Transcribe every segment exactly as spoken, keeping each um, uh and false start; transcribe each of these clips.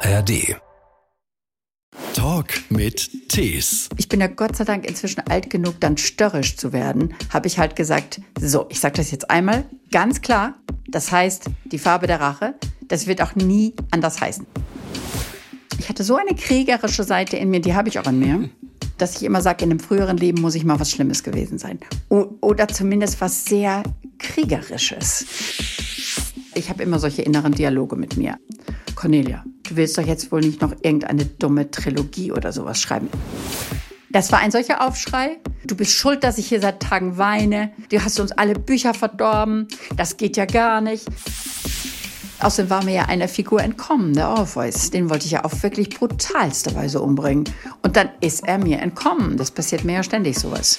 R D. Talk mit Tees. Ich bin ja Gott sei Dank inzwischen alt genug, dann störrisch zu werden, habe ich halt gesagt, so, ich sage das jetzt einmal ganz klar, das heißt die Farbe der Rache, das wird auch nie anders heißen. Ich hatte so eine kriegerische Seite in mir, die habe ich auch in mir, dass ich immer sage, in einem früheren Leben muss ich mal was Schlimmes gewesen sein. O- oder zumindest was sehr Kriegerisches. Ich habe immer solche inneren Dialoge mit mir. Cornelia, du willst doch jetzt wohl nicht noch irgendeine dumme Trilogie oder sowas schreiben. Das war ein solcher Aufschrei. Du bist schuld, dass ich hier seit Tagen weine. Du hast uns alle Bücher verdorben. Das geht ja gar nicht. Außerdem war mir ja eine Figur entkommen, der Orpheus. Den wollte ich ja auf wirklich brutalste Weise umbringen. Und dann ist er mir entkommen. Das passiert mir ja ständig sowas.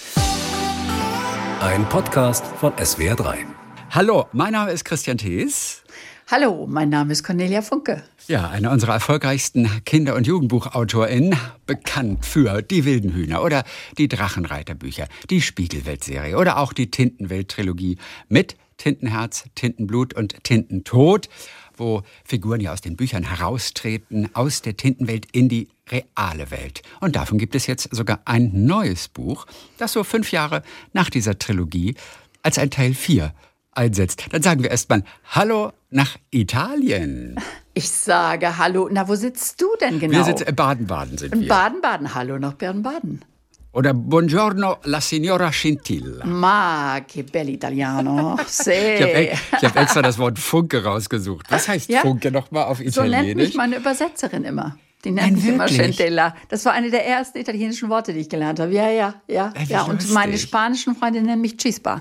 Ein Podcast von S W R drei. Hallo, mein Name ist Christian Thees. Hallo, mein Name ist Cornelia Funke. Ja, eine unserer erfolgreichsten Kinder- und JugendbuchautorInnen, bekannt für Die wilden Hühner oder die Drachenreiterbücher, die Spiegelwelt-Serie oder auch die Tintenwelt-Trilogie mit Tintenherz, Tintenblut und Tintentod, wo Figuren ja aus den Büchern heraustreten, aus der Tintenwelt in die reale Welt. Und davon gibt es jetzt sogar ein neues Buch, das so fünf Jahre nach dieser Trilogie als ein Teil vier einsetzt. Dann sagen wir erstmal Hallo nach Italien. Ich sage Hallo. Na, wo sitzt du denn genau? Wir sitzen in Baden-Baden sind In wir. Baden-Baden. Hallo nach Baden-Baden. Oder Buongiorno la signora Scintilla. Ma, che bello Ich habe hab extra das Wort Funke rausgesucht. Was heißt Ja? Funke nochmal auf So nennt mich Italienisch? meine Übersetzerin immer. Die nennt Nein, mich immer wirklich? Scintilla. Das war eine der ersten italienischen Worte, die ich gelernt habe. Ja, ja, ja. Ey, wie ja. Und lustig. meine spanischen Freunde nennen mich Chispa.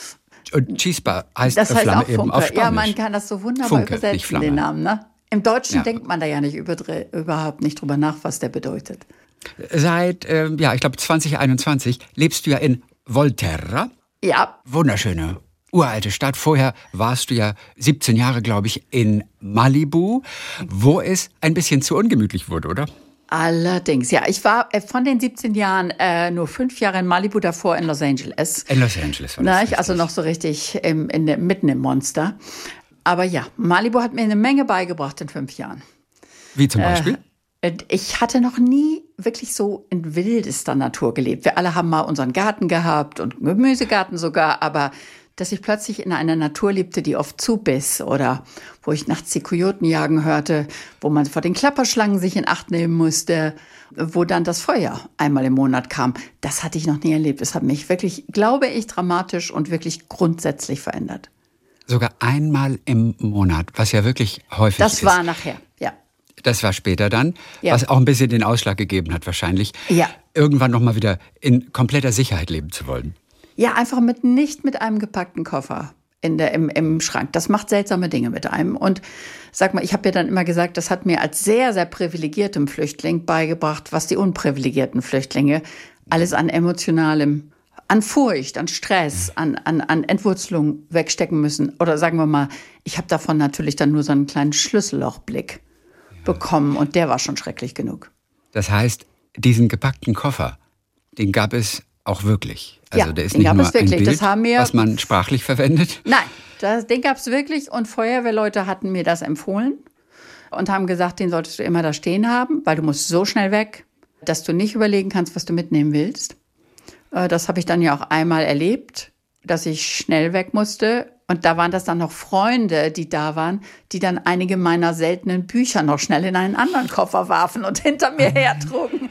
Und Chispa heißt, Das heißt Flamme auch eben auf Funke. Ja, Spanisch. man kann das so wunderbar Funke, nicht übersetzen, Flamme. den Namen. Ne? Im Deutschen Ja. denkt man da ja nicht überdre- überhaupt nicht drüber nach, was der bedeutet. Seit, äh, ja, ich glaube zwanzig einundzwanzig lebst du ja in Volterra. Ja, Wunderschöne, uralte Stadt. Vorher warst du ja siebzehn Jahre, glaube ich, in Malibu, wo es ein bisschen zu ungemütlich wurde, oder? allerdings. Ja, ich war äh, von den siebzehn Jahren äh, nur fünf Jahre in Malibu, davor in Los Angeles. In Los Angeles war Na, das. ich, also richtig. noch so richtig im, in der, mitten im Monster. Aber ja, Malibu hat mir eine Menge beigebracht in fünf Jahren. Wie zum Beispiel? Äh, Ich hatte noch nie wirklich so in wildester Natur gelebt. Wir alle haben mal unseren Garten gehabt und einen Gemüsegarten sogar, aber dass ich plötzlich in einer Natur lebte, die oft zubiss oder wo ich nachts die Kojoten jagen hörte, wo man vor den Klapperschlangen sich in Acht nehmen musste, wo dann das Feuer einmal im Monat kam, das hatte ich noch nie erlebt. Das hat mich wirklich, glaube ich, dramatisch und wirklich grundsätzlich verändert. Sogar einmal im Monat, was ja wirklich häufig Das ist. war nachher, ja. Das war später dann, Ja. was auch ein bisschen den Ausschlag gegeben hat wahrscheinlich, Ja. irgendwann noch mal wieder in kompletter Sicherheit leben zu wollen. Ja, einfach mit nicht mit einem gepackten Koffer in der, im, im Schrank. Das macht seltsame Dinge mit einem. Und sag mal, ich habe ja dann immer gesagt, das hat mir als sehr, sehr privilegiertem Flüchtling beigebracht, was die unprivilegierten Flüchtlinge alles an emotionalem, an Furcht, an Stress, an, an, an Entwurzelung wegstecken müssen. Oder sagen wir mal, ich habe davon natürlich dann nur so einen kleinen Schlüssellochblick bekommen. Und der war schon schrecklich genug. Das heißt, diesen gepackten Koffer, den gab es auch wirklich. Also Ja, der ist den nicht gab nur es wirklich. ein Bild, Das haben wir- was man sprachlich verwendet. Nein, das, den gab es wirklich und Feuerwehrleute hatten mir das empfohlen und haben gesagt, den solltest du immer da stehen haben, weil du musst so schnell weg, dass du nicht überlegen kannst, was du mitnehmen willst. Äh, Das habe ich dann ja auch einmal erlebt, dass ich schnell weg musste. Und da waren das dann noch Freunde, die da waren, die dann einige meiner seltenen Bücher noch schnell in einen anderen Koffer warfen und hinter mir hertrugen.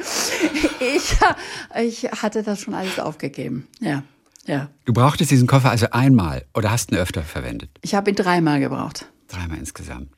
Ich, ich hatte das schon alles aufgegeben. Ja, ja. Du brauchtest diesen Koffer also einmal oder hast ihn öfter verwendet? Ich habe ihn dreimal gebraucht. Dreimal insgesamt.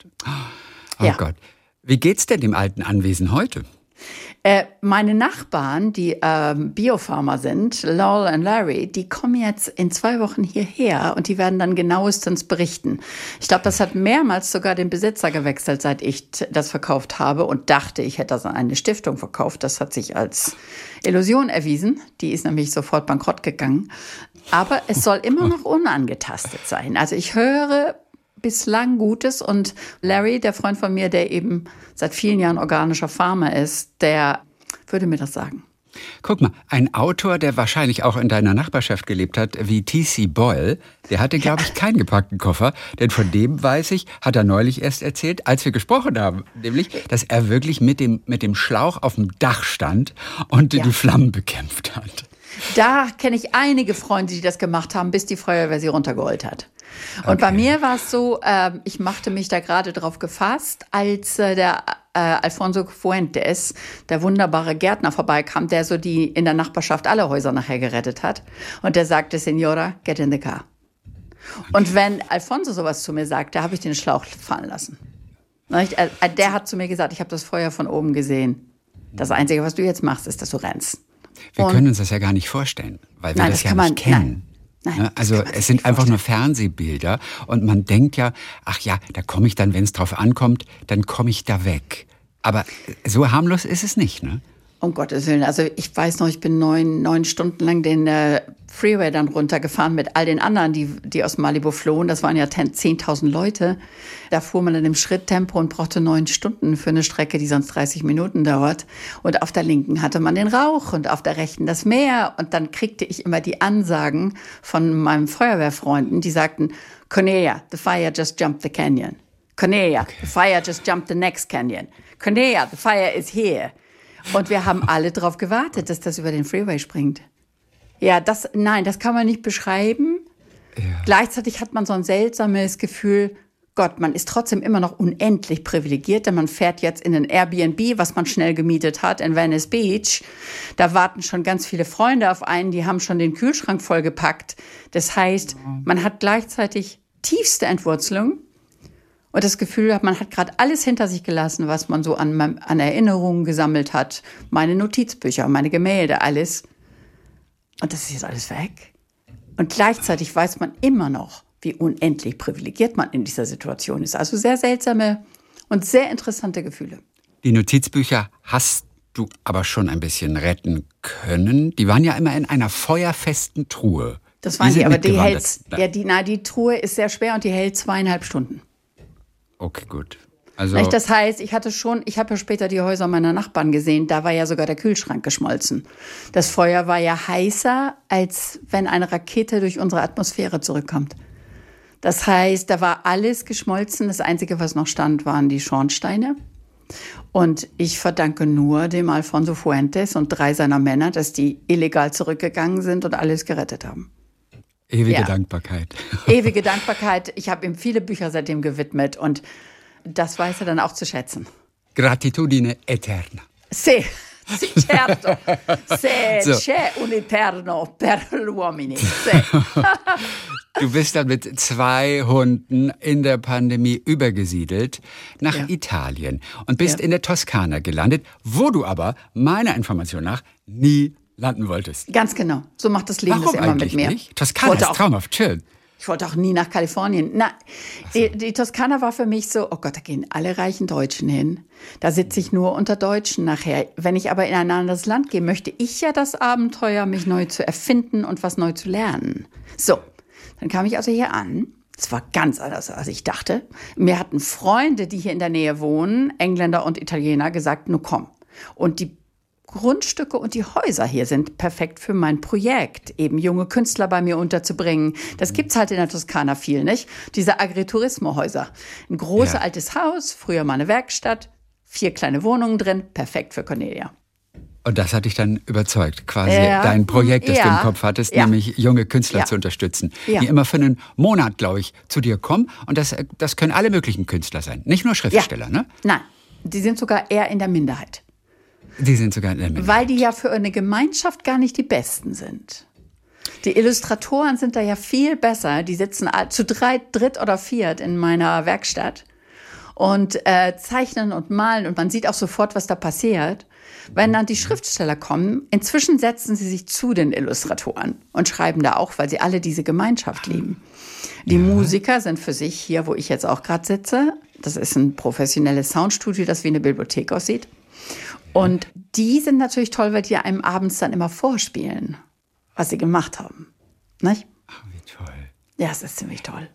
Oh Ja. Gott. Wie geht's denn dem alten Anwesen heute? Äh, meine Nachbarn, die ähm, Biofarmer sind, Lowell und Larry, die kommen jetzt in zwei Wochen hierher und die werden dann genauestens berichten. Ich glaube, das hat mehrmals sogar den Besitzer gewechselt, seit ich t- das verkauft habe und dachte, ich hätte das an eine Stiftung verkauft. Das hat sich als Illusion erwiesen. Die ist nämlich sofort bankrott gegangen. Aber es soll immer noch unangetastet sein. Also ich höre bislang Gutes und Larry, der Freund von mir, der eben seit vielen Jahren organischer Farmer ist, der würde mir das sagen. Guck mal, ein Autor, der wahrscheinlich auch in deiner Nachbarschaft gelebt hat, wie T C Boyle, der hatte, glaube ich, keinen gepackten Koffer. Denn von dem, weiß ich, hat er neulich erst erzählt, als wir gesprochen haben. Nämlich, dass er wirklich mit dem, mit dem Schlauch auf dem Dach stand und ja. die Flammen bekämpft hat. Da kenne ich einige Freunde, die das gemacht haben, bis die Feuerwehr sie runtergeholt hat. Und okay. bei mir war es so, äh, ich machte mich da gerade drauf gefasst, als äh, der äh, Alfonso Fuentes, der wunderbare Gärtner, vorbeikam, der so die in der Nachbarschaft alle Häuser nachher gerettet hat. Und der sagte, Senora, get in the car. Okay. Und wenn Alfonso sowas zu mir sagte, habe ich den Schlauch fallen lassen. Der hat zu mir gesagt, ich habe das Feuer von oben gesehen. Das Einzige, was du jetzt machst, ist, dass du rennst. Wir Und können uns das ja gar nicht vorstellen, weil wir nein, das, das ja man, nicht kennen. Nein. Nein, also es sind einfach nur Fernsehbilder und man denkt ja, ach ja, da komme ich dann, wenn es drauf ankommt, dann komme ich da weg. Aber so harmlos ist es nicht, ne? Um Gottes Willen. Also ich weiß noch, ich bin neun, neun Stunden lang den äh, Freeway dann runtergefahren mit all den anderen, die, die aus Malibu flohen. Das waren ja zehntausend Leute. Da fuhr man dann im Schritttempo und brauchte neun Stunden für eine Strecke, die sonst dreißig Minuten dauert. Und auf der linken hatte man den Rauch und auf der rechten das Meer. Und dann kriegte ich immer die Ansagen von meinen Feuerwehrfreunden, die sagten, Cornelia, the fire just jumped the canyon. Cornelia, okay. the fire just jumped the next canyon. Cornelia, the fire is here. Und wir haben alle darauf gewartet, dass das über den Freeway springt. Ja, das, nein, das kann man nicht beschreiben. Ja. Gleichzeitig hat man so ein seltsames Gefühl, Gott, man ist trotzdem immer noch unendlich privilegiert, denn man fährt jetzt in ein Airbnb, was man schnell gemietet hat, in Venice Beach. Da warten schon ganz viele Freunde auf einen, die haben schon den Kühlschrank vollgepackt. Das heißt, man hat gleichzeitig tiefste Entwurzelung. Und das Gefühl hat, man hat gerade alles hinter sich gelassen, was man so an, an Erinnerungen gesammelt hat. Meine Notizbücher, meine Gemälde, alles. Und das ist jetzt alles weg. Und gleichzeitig weiß man immer noch, wie unendlich privilegiert man in dieser Situation ist. Also sehr seltsame und sehr interessante Gefühle. Die Notizbücher hast du aber schon ein bisschen retten können. Die waren ja immer in einer feuerfesten Truhe. Das waren die, aber die hält, ja, die, na, die Truhe ist sehr schwer und die hält zweieinhalb Stunden. Okay, gut. Also das heißt, ich hatte schon, ich habe ja später die Häuser meiner Nachbarn gesehen, da war ja sogar der Kühlschrank geschmolzen. Das Feuer war ja heißer, als wenn eine Rakete durch unsere Atmosphäre zurückkommt. Das heißt, da war alles geschmolzen. Das Einzige, was noch stand, waren die Schornsteine. Und ich verdanke nur dem Alfonso Fuentes und drei seiner Männer, dass die illegal zurückgegangen sind und alles gerettet haben. Ewige ja. Dankbarkeit. Ewige Dankbarkeit. Ich habe ihm viele Bücher seitdem gewidmet und das weiß er dann auch zu schätzen. Gratitudine eterna. Sì, sì, certo. Se So. c'è un eterno per gli uomini. Sì. Du bist dann mit zwei Hunden in der Pandemie übergesiedelt nach Ja. Italien und bist Ja. in der Toskana gelandet, wo du aber meiner Information nach nie landen wolltest. Ganz genau. So macht das Leben Warum das immer eigentlich mit mir. nicht? Toskana wollte ist auch- traumhaft schön. Ich wollte auch nie nach Kalifornien. Na, die, die Toskana war für mich so, oh Gott, da gehen alle reichen Deutschen hin. Da sitze ich nur unter Deutschen nachher. Wenn ich aber in ein anderes Land gehe, möchte ich ja das Abenteuer, mich neu zu erfinden und was neu zu lernen. So, dann kam ich also hier an. Es war ganz anders, als ich dachte. Mir hatten Freunde, die hier in der Nähe wohnen, Engländer und Italiener, gesagt, nun komm. Und die Grundstücke und die Häuser hier sind perfekt für mein Projekt, eben junge Künstler bei mir unterzubringen. Das gibt's halt in der Toskana viel, nicht? Diese Agriturismo-Häuser. Ein großes Ja. altes Haus, früher mal eine Werkstatt, vier kleine Wohnungen drin, perfekt für Cornelia. Und das hat dich dann überzeugt, quasi Ja. dein Projekt, das du Ja. im Kopf hattest, Ja. nämlich junge Künstler Ja. zu unterstützen, Ja. die immer für einen Monat, glaube ich, zu dir kommen. Und das, das können alle möglichen Künstler sein, nicht nur Schriftsteller, ne? Nein, die sind sogar eher in der Minderheit. Die sind sogar in der Minderheit. Weil die ja für eine Gemeinschaft gar nicht die Besten sind. Die Illustratoren sind da ja viel besser. Die sitzen zu drei, dritt oder viert in meiner Werkstatt und äh, zeichnen und malen. Und man sieht auch sofort, was da passiert. Wenn dann die Schriftsteller kommen, inzwischen setzen sie sich zu den Illustratoren und schreiben da auch, weil sie alle diese Gemeinschaft lieben. Die ja. Musiker sind für sich hier, wo ich jetzt auch gerade sitze. Das ist ein professionelles Soundstudio, das wie eine Bibliothek aussieht. Und die sind natürlich toll, weil die einem abends dann immer vorspielen, was sie gemacht haben. Nicht? Ach, wie toll. Ja, es ist ziemlich toll.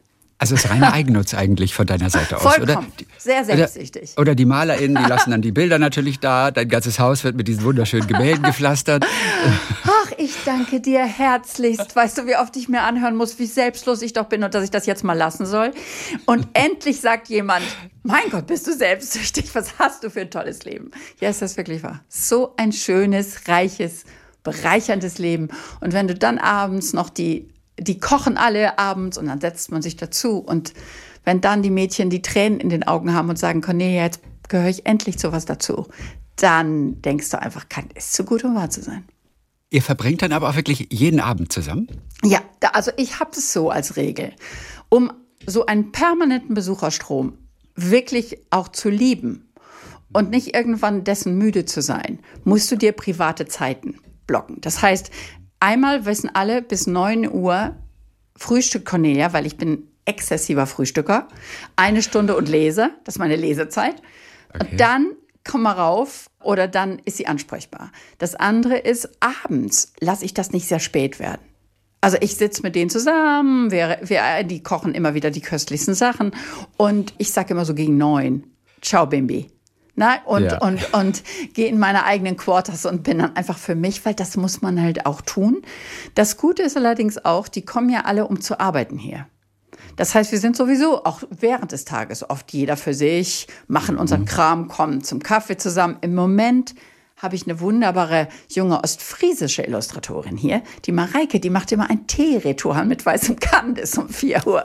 Also es ist reiner Eigennutz eigentlich von deiner Seite aus, Vollkommen. oder? Sehr selbstsüchtig. Oder, oder die MalerInnen, die lassen dann die Bilder natürlich da. Dein ganzes Haus wird mit diesen wunderschönen Gemälden gepflastert. Ach, ich danke dir herzlichst. Weißt du, wie oft ich mir anhören muss, wie selbstlos ich doch bin und dass ich das jetzt mal lassen soll? Und endlich sagt jemand, mein Gott, bist du selbstsüchtig? Was hast du für ein tolles Leben? Ja, ist das wirklich wahr? So ein schönes, reiches, bereicherndes Leben. Und wenn du dann abends noch die Die kochen alle abends und dann setzt man sich dazu. Und wenn dann die Mädchen die Tränen in den Augen haben und sagen, Cornelia, jetzt gehöre ich endlich zu was dazu, dann denkst du einfach, kann es zu gut, um wahr zu sein. Ihr verbringt dann aber auch wirklich jeden Abend zusammen? Ja, da, also ich habe es so als Regel. Um so einen permanenten Besucherstrom wirklich auch zu lieben und nicht irgendwann dessen müde zu sein, musst du dir private Zeiten blocken. Das heißt, einmal wissen alle, bis neun Uhr Frühstück Cornelia, weil ich bin exzessiver Frühstücker. Eine Stunde und lese, das ist meine Lesezeit. Okay. Und dann komm mal rauf oder dann ist sie ansprechbar. Das andere ist, abends lasse ich das nicht sehr spät werden. Also ich sitze mit denen zusammen, wir, wir, die kochen immer wieder die köstlichsten Sachen. Und ich sage immer so gegen neun, ciao Bimbi. Na, und, ja. und, und, und gehe in meine eigenen Quarters und bin dann einfach für mich, weil das muss man halt auch tun. Das Gute ist allerdings auch, die kommen ja alle, um zu arbeiten hier. Das heißt, wir sind sowieso auch während des Tages oft jeder für sich, machen unseren Kram, kommen zum Kaffee zusammen. Im Moment habe ich eine wunderbare junge ostfriesische Illustratorin hier, die Mareike, die macht immer ein Teeritual mit weißem Kandis um vier Uhr.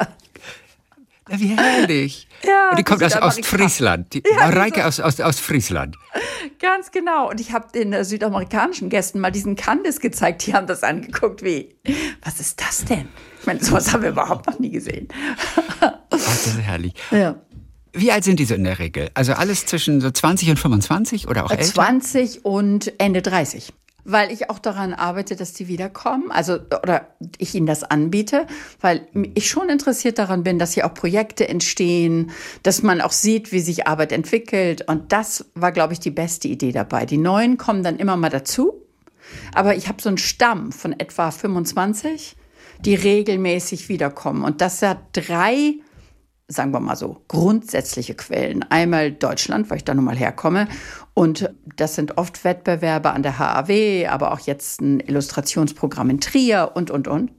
Ja, wie herrlich. Ja, und die kommt aus Ostfriesland. Die ja, Mareike aus, aus, aus Friesland. Ganz genau. Und ich habe den äh, südamerikanischen Gästen mal diesen Kandis gezeigt. Die haben das angeguckt wie, was ist das denn? Ich meine, sowas haben wir überhaupt noch nie gesehen. Ach, das ist herrlich. Ja. Wie alt sind die so in der Regel? Also alles zwischen so zwanzig und fünfundzwanzig oder auch älter? zwanzig und Ende dreißig. Weil ich auch daran arbeite, dass die wiederkommen, also oder ich ihnen das anbiete, weil ich schon interessiert daran bin, dass hier auch Projekte entstehen, dass man auch sieht, wie sich Arbeit entwickelt. Und das war, glaube ich, die beste Idee dabei. Die Neuen kommen dann immer mal dazu, aber ich habe so einen Stamm von etwa fünfundzwanzig, die regelmäßig wiederkommen. Und das hat drei, sagen wir mal so, grundsätzliche Quellen. Einmal Deutschland, weil ich da nun mal herkomme. Und das sind oft Wettbewerbe an der H A W, aber auch jetzt ein Illustrationsprogramm in Trier und, und, und.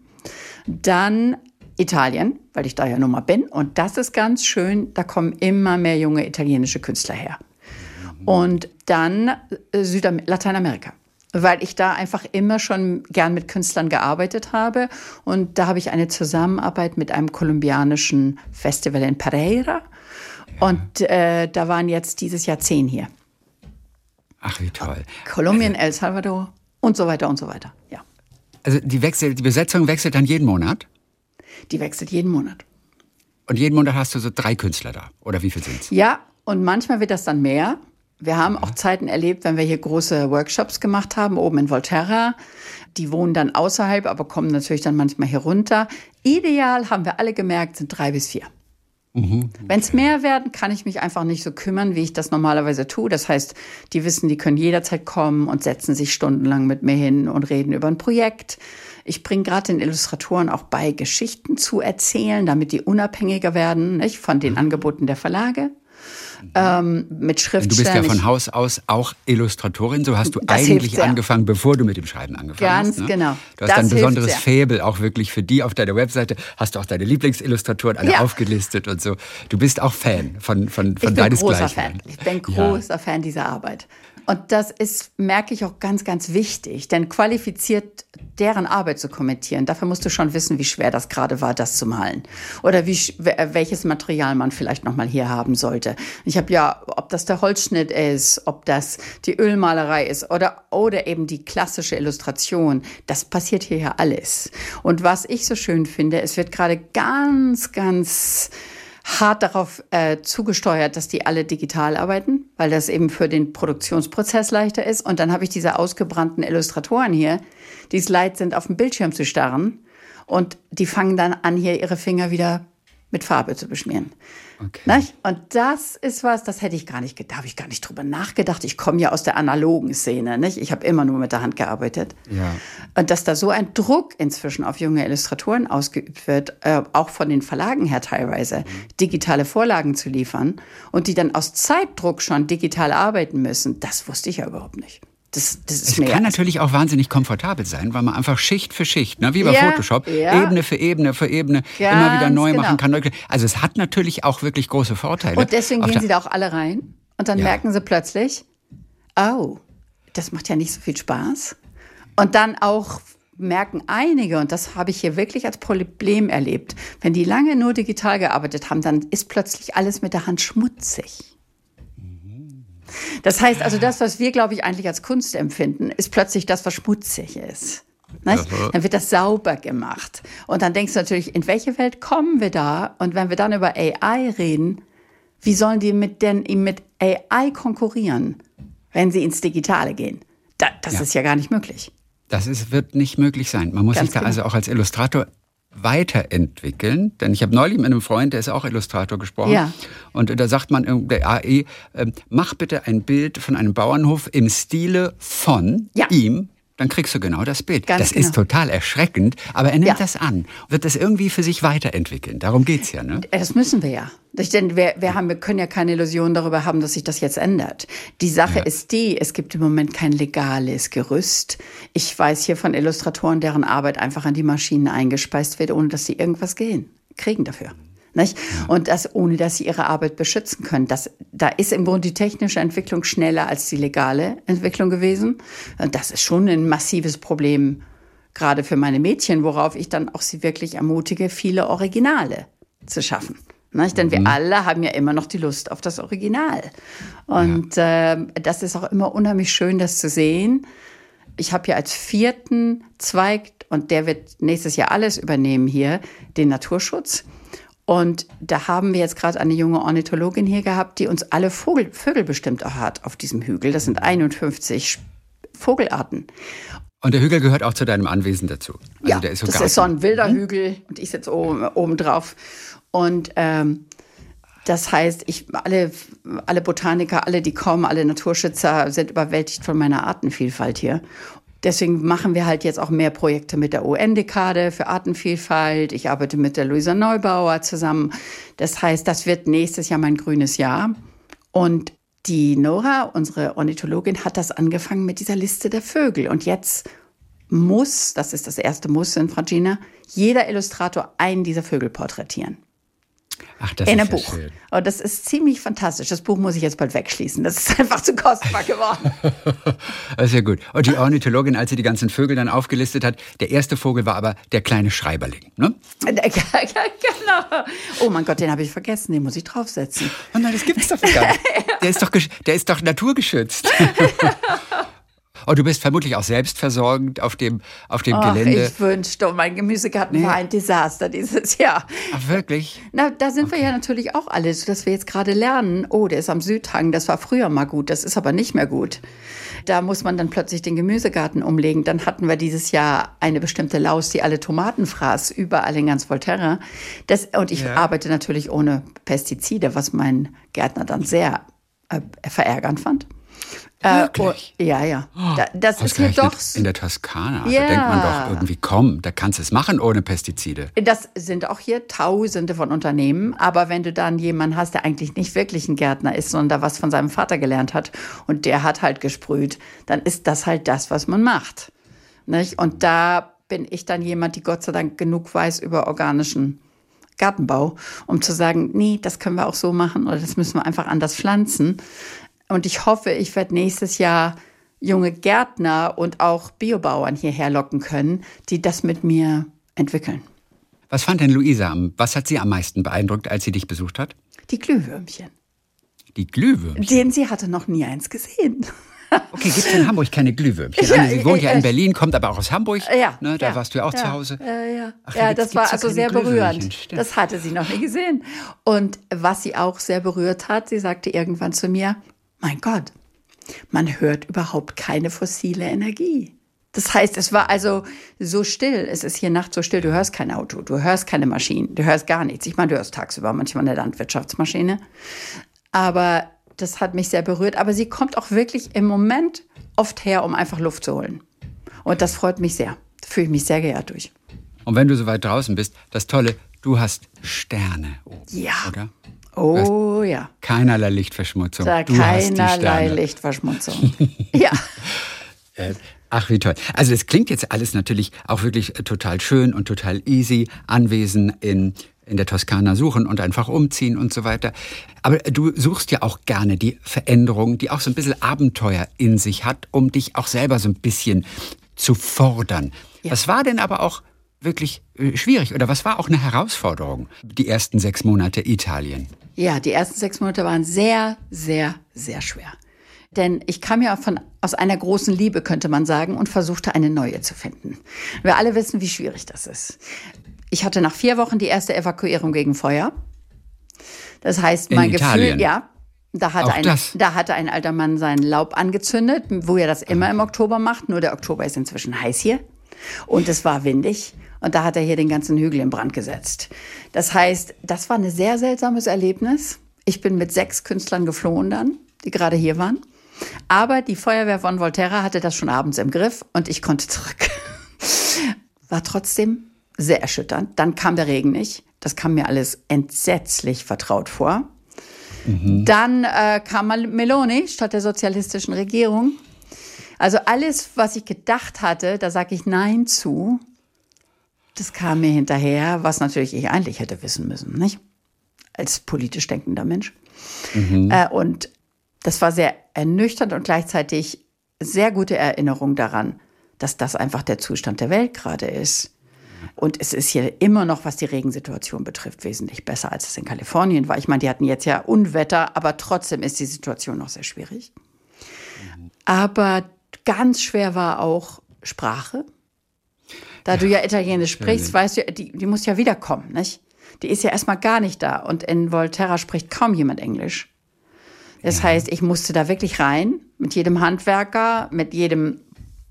Dann Italien, weil ich da ja nun mal bin. Und das ist ganz schön, da kommen immer mehr junge italienische Künstler her. Und dann Südam- Lateinamerika. Weil ich da einfach immer schon gern mit Künstlern gearbeitet habe. Und da habe ich eine Zusammenarbeit mit einem kolumbianischen Festival in Pereira. Und äh, da waren jetzt dieses Jahr zehn hier. Ach, wie toll. Kolumbien, El Salvador und so weiter und so weiter, ja. Also die, Wechsel, die Besetzung wechselt dann jeden Monat? Die wechselt jeden Monat. Und jeden Monat hast du so drei Künstler da? Oder wie viel sind es? Ja, und manchmal wird das dann mehr. Wir haben auch Zeiten erlebt, wenn wir hier große Workshops gemacht haben, oben in Volterra. Die wohnen dann außerhalb, aber kommen natürlich dann manchmal hier runter. Ideal, haben wir alle gemerkt, sind drei bis vier. Mhm, okay. Wenn es mehr werden, kann ich mich einfach nicht so kümmern, wie ich das normalerweise tue. Das heißt, die wissen, die können jederzeit kommen und setzen sich stundenlang mit mir hin und reden über ein Projekt. Ich bringe gerade den Illustratoren auch bei, Geschichten zu erzählen, damit die unabhängiger werden, nicht, von den Angeboten der Verlage. Ähm, mit Schriftstellen. Du bist ja von Haus aus auch Illustratorin, so hast du das eigentlich angefangen, bevor du mit dem Schreiben angefangen Ganz hast. Ganz ne? genau. Du hast das ein besonderes Faible auch wirklich für die auf deiner Webseite, hast du auch deine Lieblingsillustratoren alle ja. aufgelistet und so. Du bist auch Fan von, von, von deinesgleichen. Ich bin großer Fan. Ich bin großer ja. Fan dieser Arbeit. Und das ist, merke ich, auch ganz, ganz wichtig, denn qualifiziert deren Arbeit zu kommentieren, dafür musst du schon wissen, wie schwer das gerade war, das zu malen. Oder wie, welches Material man vielleicht noch mal hier haben sollte. Ich habe ja, ob das der Holzschnitt ist, ob das die Ölmalerei ist oder, oder eben die klassische Illustration, das passiert hier ja alles. Und was ich so schön finde, es wird gerade ganz, ganz hart darauf äh, zugesteuert, dass die alle digital arbeiten, weil das eben für den Produktionsprozess leichter ist. Und dann habe ich diese ausgebrannten Illustratoren hier, die es leid sind, auf den Bildschirm zu starren. Und die fangen dann an, hier ihre Finger wieder mit Farbe zu beschmieren. Okay. Und das ist was, das hätte ich gar nicht, da habe ich gar nicht drüber nachgedacht. Ich komme ja aus der analogen Szene, nicht? Ich habe immer nur mit der Hand gearbeitet. Ja. Und dass da so ein Druck inzwischen auf junge Illustratoren ausgeübt wird, äh, auch von den Verlagen her teilweise, mhm. digitale Vorlagen zu liefern und die dann aus Zeitdruck schon digital arbeiten müssen, das wusste ich ja überhaupt nicht. Das, das ist es mir kann natürlich auch wahnsinnig komfortabel sein, weil man einfach Schicht für Schicht, ne, wie bei ja, Photoshop, ja. Ebene für Ebene für Ebene Ganz immer wieder neu genau. machen kann. Also es hat natürlich auch wirklich große Vorteile. Und deswegen Auf gehen der- sie da auch alle rein und dann Ja. merken sie plötzlich, oh, das macht ja nicht so viel Spaß. Und dann auch merken einige, und das habe ich hier wirklich als Problem erlebt, wenn die lange nur digital gearbeitet haben, dann ist plötzlich alles mit der Hand schmutzig. Das heißt also, das, was wir, glaube ich, eigentlich als Kunst empfinden, ist plötzlich das, was schmutzig ist. Nicht? Dann wird das sauber gemacht. Und dann denkst du natürlich, in welche Welt kommen wir da? Und wenn wir dann über A I reden, wie sollen die mit denn mit A I konkurrieren, wenn sie ins Digitale gehen? Da, das Ja. ist ja gar nicht möglich. Das ist, wird nicht möglich sein. Man muss Ganz sich da genau. also auch als Illustrator weiterentwickeln. Denn ich habe neulich mit einem Freund, der ist auch Illustrator, gesprochen. Ja. Und da sagt man der A I, äh, mach bitte ein Bild von einem Bauernhof im Stile von Ja. ihm. Dann kriegst du genau das Bild. Ganz das genau. ist total erschreckend, aber er nimmt Ja. das an, wird das irgendwie für sich weiterentwickeln. Darum geht's ja, ne? Das müssen wir ja. Denn wir, wir, haben, wir können ja keine Illusion darüber haben, dass sich das jetzt ändert. Die Sache Ja. ist die, es gibt im Moment kein legales Gerüst. Ich weiß hier von Illustratoren, deren Arbeit einfach an die Maschinen eingespeist wird, ohne dass sie irgendwas gehen, kriegen dafür. Nicht? Ja. Und das, ohne dass sie ihre Arbeit beschützen können. Das, da ist im Grunde die technische Entwicklung schneller als die legale Entwicklung gewesen. Und das ist schon ein massives Problem, gerade für meine Mädchen, worauf ich dann auch sie wirklich ermutige, viele Originale zu schaffen. Nicht? Denn wir alle haben ja immer noch die Lust auf das Original. Und ja. äh, das ist auch immer unheimlich schön, das zu sehen. Ich habe ja als vierten Zweig, und der wird nächstes Jahr alles übernehmen hier, den Naturschutz. Und da haben wir jetzt gerade eine junge Ornithologin hier gehabt, die uns alle Vogel, Vögel bestimmt hat auf diesem Hügel. Das sind einundfünfzig Vogelarten. Und der Hügel gehört auch zu deinem Anwesen dazu? Also Ja, der ist so das Garten. ist so ein wilder Hügel und ich sitze oben, oben drauf. Und ähm, das heißt, ich, alle, alle Botaniker, alle, die kommen, alle Naturschützer sind überwältigt von meiner Artenvielfalt hier. Deswegen machen wir halt jetzt auch mehr Projekte mit der U N-Dekade für Artenvielfalt. Ich arbeite mit der Luisa Neubauer zusammen. Das heißt, das wird nächstes Jahr mein grünes Jahr. Und die Nora, unsere Ornithologin, hat das angefangen mit dieser Liste der Vögel. Und jetzt muss, das ist das erste Muss in Fragina, jeder Illustrator einen dieser Vögel porträtieren. Ach, das In ist einem ja Buch. schön. Und das ist ziemlich fantastisch. Das Buch muss ich jetzt bald wegschließen. Das ist einfach zu kostbar geworden. Das ist ja gut. Und die Ornithologin, als sie die ganzen Vögel dann aufgelistet hat, der erste Vogel war aber der kleine Schreiberling, ne? Genau. Oh mein Gott, den habe ich vergessen. Den muss ich draufsetzen. Oh nein, das gibt's doch gar nicht. Der ist doch, gesch- der ist doch naturgeschützt. Und du bist vermutlich auch selbstversorgend auf dem, auf dem Ach, Gelände. ich wünschte, mein Gemüsegarten Nee. war ein Desaster dieses Jahr. Ach, wirklich? Na, da sind wir ja natürlich auch alle, so dass wir jetzt gerade lernen, oh, der ist am Südhang, das war früher mal gut, das ist aber nicht mehr gut. Da muss man dann plötzlich den Gemüsegarten umlegen. Dann hatten wir dieses Jahr eine bestimmte Laus, die alle Tomaten fraß, überall in ganz Volterra. Das, und ich Ja. arbeite natürlich ohne Pestizide, was mein Gärtner dann sehr äh, verärgernd fand. Wirklich? Äh, oh, ja, ja. Da, das ist hier Ausgerechnet doch... in der Toskana. Ja. Da denkt man doch irgendwie, komm, da kannst du es machen ohne Pestizide. Das sind auch hier Tausende von Unternehmen. Aber wenn du dann jemanden hast, der eigentlich nicht wirklich ein Gärtner ist, sondern da was von seinem Vater gelernt hat und der hat halt gesprüht, dann ist das halt das, was man macht. Nicht? Und da bin ich dann jemand, die Gott sei Dank genug weiß über organischen Gartenbau, um zu sagen, nee, das können wir auch so machen oder das müssen wir einfach anders pflanzen. Und ich hoffe, ich werde nächstes Jahr junge Gärtner und auch Biobauern hierher locken können, die das mit mir entwickeln. Was fand denn Luisa am, was hat sie am meisten beeindruckt, als sie dich besucht hat? Die Glühwürmchen. Die Glühwürmchen. Den sie hatte noch nie eins gesehen. Okay, gibt es in Hamburg keine Glühwürmchen? Ja, Anne, sie wohnt ja äh, in Berlin, kommt aber auch aus Hamburg. Ja, Ne, da ja, warst du ja auch ja, zu Hause. Ja, ja. Ach, ja da das gibt's war ja also keine sehr Glühwürmchen, berührend. stimmt. Das hatte sie noch nie gesehen. Und was sie auch sehr berührt hat, sie sagte irgendwann zu mir, mein Gott, man hört überhaupt keine fossile Energie. Das heißt, es war also so still. Es ist hier nachts so still. Du hörst kein Auto, du hörst keine Maschinen, du hörst gar nichts. Ich meine, du hörst tagsüber manchmal eine Landwirtschaftsmaschine. Aber das hat mich sehr berührt. Aber sie kommt auch wirklich im Moment oft her, um einfach Luft zu holen. Und das freut mich sehr. Da fühle ich mich sehr geehrt durch. Und wenn du so weit draußen bist, das Tolle, du hast Sterne oben, ja. oder? Oh ja. Keinerlei Lichtverschmutzung. Da du hast die keinerlei Sterne. Lichtverschmutzung. Ja. Äh, Ach, wie toll. Also es klingt jetzt alles natürlich auch wirklich total schön und total easy. Anwesen in, in der Toskana suchen und einfach umziehen und so weiter. Aber du suchst ja auch gerne die Veränderung, die auch so ein bisschen Abenteuer in sich hat, um dich auch selber so ein bisschen zu fordern. Ja. Was war denn aber auch wirklich äh, schwierig oder was war auch eine Herausforderung, die ersten sechs Monate Italien? Ja, die ersten sechs Monate waren sehr, sehr, sehr schwer. Denn ich kam ja von, aus einer großen Liebe, könnte man sagen, und versuchte eine neue zu finden. Wir alle wissen, wie schwierig das ist. Ich hatte nach vier Wochen die erste Evakuierung gegen Feuer. Das heißt, mein In Italien? Gefühl, ja, da hatte, ein, da hatte ein alter Mann sein Laub angezündet, wo er das immer im Oktober macht. Nur der Oktober ist inzwischen heiß hier. Und es war windig. Und da hat er hier den ganzen Hügel in Brand gesetzt. Das heißt, das war ein sehr seltsames Erlebnis. Ich bin mit sechs Künstlern geflohen dann, die gerade hier waren. Aber die Feuerwehr von Volterra hatte das schon abends im Griff und ich konnte zurück. War trotzdem sehr erschütternd. Dann kam der Regen nicht. Das kam mir alles entsetzlich vertraut vor. Mhm. Dann äh, kam Meloni statt der sozialistischen Regierung. Also alles, was ich gedacht hatte, da sage ich Nein zu. Das kam mir hinterher, was natürlich ich eigentlich hätte wissen müssen, nicht? Als politisch denkender Mensch. Mhm. Äh, und das war sehr ernüchternd und gleichzeitig sehr gute Erinnerung daran, dass das einfach der Zustand der Welt gerade ist. Und es ist hier immer noch, was die Regensituation betrifft, wesentlich besser, als es in Kalifornien war. Ich meine, die hatten jetzt ja Unwetter, aber trotzdem ist die Situation noch sehr schwierig. Mhm. Aber ganz schwer war auch Sprache. Da ja, du ja Italienisch sprichst, weißt du, die, die muss ja wiederkommen, nicht? Die ist ja erstmal gar nicht da. Und in Volterra spricht kaum jemand Englisch. Das ja. heißt, ich musste da wirklich rein, mit jedem Handwerker, mit jedem,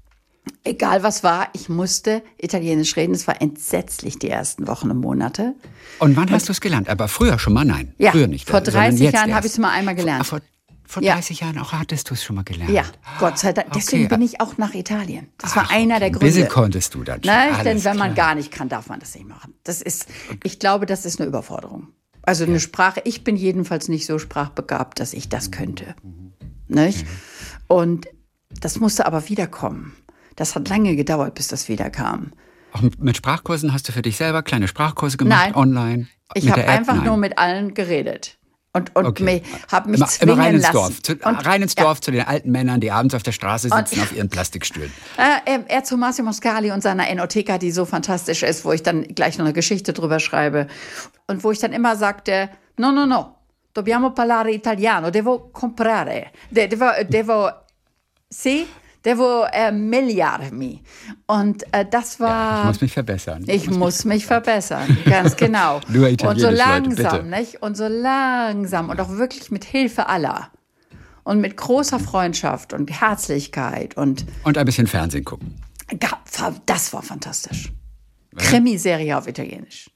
egal was war, ich musste Italienisch reden. Es war entsetzlich die ersten Wochen und Monate. Und wann hast du es gelernt? Aber früher schon mal? Nein, ja, früher nicht. Vor dreißig Jahren habe ich es mal einmal gelernt. Vor, vor dreißig ja. Jahren auch hattest du es schon mal gelernt? Ja, Gott sei Dank. Deswegen okay. bin ich auch nach Italien. Das war Ach, einer okay. der Gründe. Ein bisschen konntest du dann schon. Nein, Alles denn wenn man klar. gar nicht kann, darf man das nicht machen. Das ist, okay. Ich glaube, das ist eine Überforderung. Also eine Sprache, ich bin jedenfalls nicht so sprachbegabt, dass ich das könnte. Nicht? Mhm. Und das musste aber wiederkommen. Das hat lange gedauert, bis das wiederkam. Auch mit Sprachkursen hast du für dich selber kleine Sprachkurse gemacht, Nein. online? Ich habe einfach Nein. nur mit allen geredet. Und, und okay. mich, habe mich immer, zwingen immer rein ins lassen. Dorf, zu, und, rein ins Dorf ja. zu den alten Männern, die abends auf der Straße sitzen und, auf ihren Plastikstühlen. Äh, er zu Massimo Scali und seiner Enoteca, die so fantastisch ist, wo ich dann gleich noch eine Geschichte drüber schreibe. Und wo ich dann immer sagte, no, no, no, dobbiamo parlare italiano, devo comprare, De, devo, devo, sì, devo äh, migliorarmi. Und äh, das war... Ja, ich muss mich verbessern. Ich, ich muss, muss mich verbessern, verbessern. ganz genau. Nur Italienisch, und so langsam, Leute, nicht? Und so langsam und auch wirklich mit Hilfe aller. Und mit großer Freundschaft und Herzlichkeit. Und, und ein bisschen Fernsehen gucken. Das war fantastisch. Ja. Krimiserie auf Italienisch.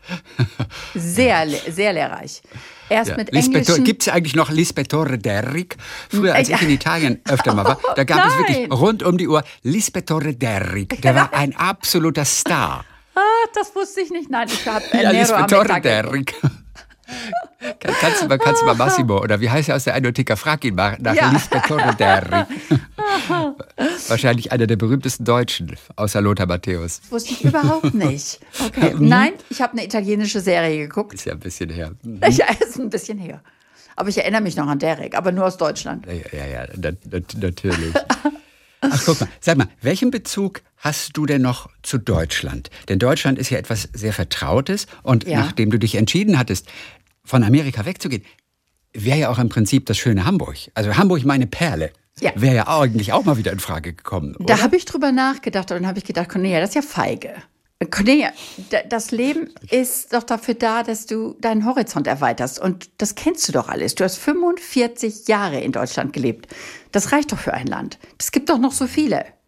Sehr, sehr lehrreich. Erst ja. mit englischen... Gibt es eigentlich noch L'Ispettore Derrick? Früher, als ich in Italien öfter mal war, da gab Nein. es wirklich rund um die Uhr L'Ispettore Derrick. Der war ein absoluter Star. Ah, das wusste ich nicht. Nein, ich habe ja, L'Ispettore Derrick. Kannst du, mal, kannst du mal Massimo, oder wie heißt er aus der Enoteca, frag ihn mal nach ja. L'Ispettore Derrick. Wahrscheinlich einer der berühmtesten Deutschen, außer Lothar Matthäus. Das wusste ich überhaupt nicht. Okay. Nein, ich habe eine italienische Serie geguckt. Ist ja ein bisschen her. Mhm. Ja, ist ein bisschen her. Aber ich erinnere mich noch an Derrick, aber nur aus Deutschland. Ja, ja, ja na, na, natürlich. Ach, guck mal, sag mal, welchen Bezug hast du denn noch zu Deutschland? Denn Deutschland ist ja etwas sehr Vertrautes und ja. nachdem du dich entschieden hattest, von Amerika wegzugehen, wäre ja auch im Prinzip das schöne Hamburg. Also Hamburg, meine Perle. Ja. Wäre ja eigentlich auch mal wieder in Frage gekommen. Oder? Da habe ich drüber nachgedacht und dann habe ich gedacht, Cornelia, das ist ja feige. Cornelia, das Leben ist doch dafür da, dass du deinen Horizont erweiterst. Und das kennst du doch alles. Du hast fünfundvierzig Jahre in Deutschland gelebt. Das reicht doch für ein Land. Es gibt doch noch so viele.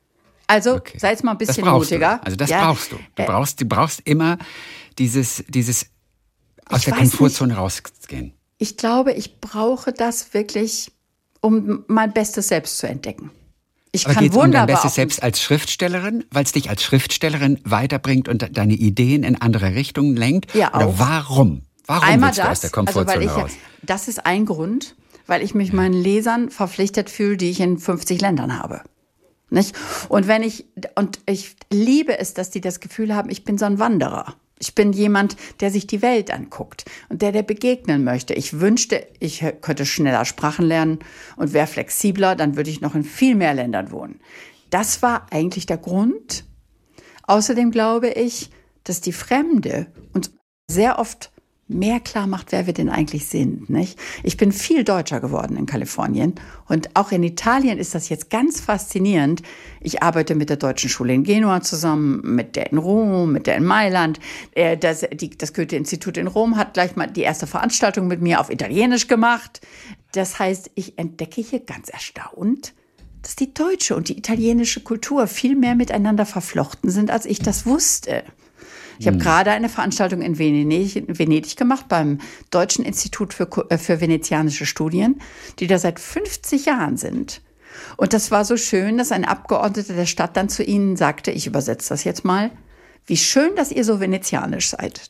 Also Okay. sei jetzt mal ein Das bisschen brauchst mutiger. Du. Also das Ja, brauchst du. Du äh, brauchst, du brauchst immer dieses, dieses aus Ich der weiß Komfortzone rausgehen. Ich glaube, ich brauche das wirklich, um mein bestes Selbst zu entdecken. Ich Aber kann geht es um dein wunderbar bestes auch- Selbst als Schriftstellerin, weil es dich als Schriftstellerin weiterbringt und de- deine Ideen in andere Richtungen lenkt? Ja, Oder auch. warum? Warum Einmal willst du das, aus der also Komfortzone weil ich, ja- raus? das ist ein Grund, weil ich mich meinen Lesern verpflichtet fühle, die ich in fünfzig Ländern habe. Nicht? Und wenn ich, und ich liebe es, dass die das Gefühl haben, ich bin so ein Wanderer. Ich bin jemand, der sich die Welt anguckt und der, der begegnen möchte. Ich wünschte, ich könnte schneller Sprachen lernen und wäre flexibler, dann würde ich noch in viel mehr Ländern wohnen. Das war eigentlich der Grund. Außerdem glaube ich, dass die Fremde uns sehr oft mehr klar macht, wer wir denn eigentlich sind, nicht? Ich bin viel deutscher geworden in Kalifornien und auch in Italien ist das jetzt ganz faszinierend. Ich arbeite mit der Deutschen Schule in Genua zusammen, mit der in Rom, mit der in Mailand. Äh, Das, die, das Goethe-Institut in Rom hat gleich mal die erste Veranstaltung mit mir auf Italienisch gemacht. Das heißt, ich entdecke hier ganz erstaunt, dass die deutsche und die italienische Kultur viel mehr miteinander verflochten sind, als ich das wusste. Ich habe gerade eine Veranstaltung in Venedig, in Venedig gemacht beim Deutschen Institut für, Ku- äh, für venezianische Studien, die da seit fünfzig Jahren sind. Und das war so schön, dass ein Abgeordneter der Stadt dann zu ihnen sagte, ich übersetze das jetzt mal, wie schön, dass ihr so venezianisch seid.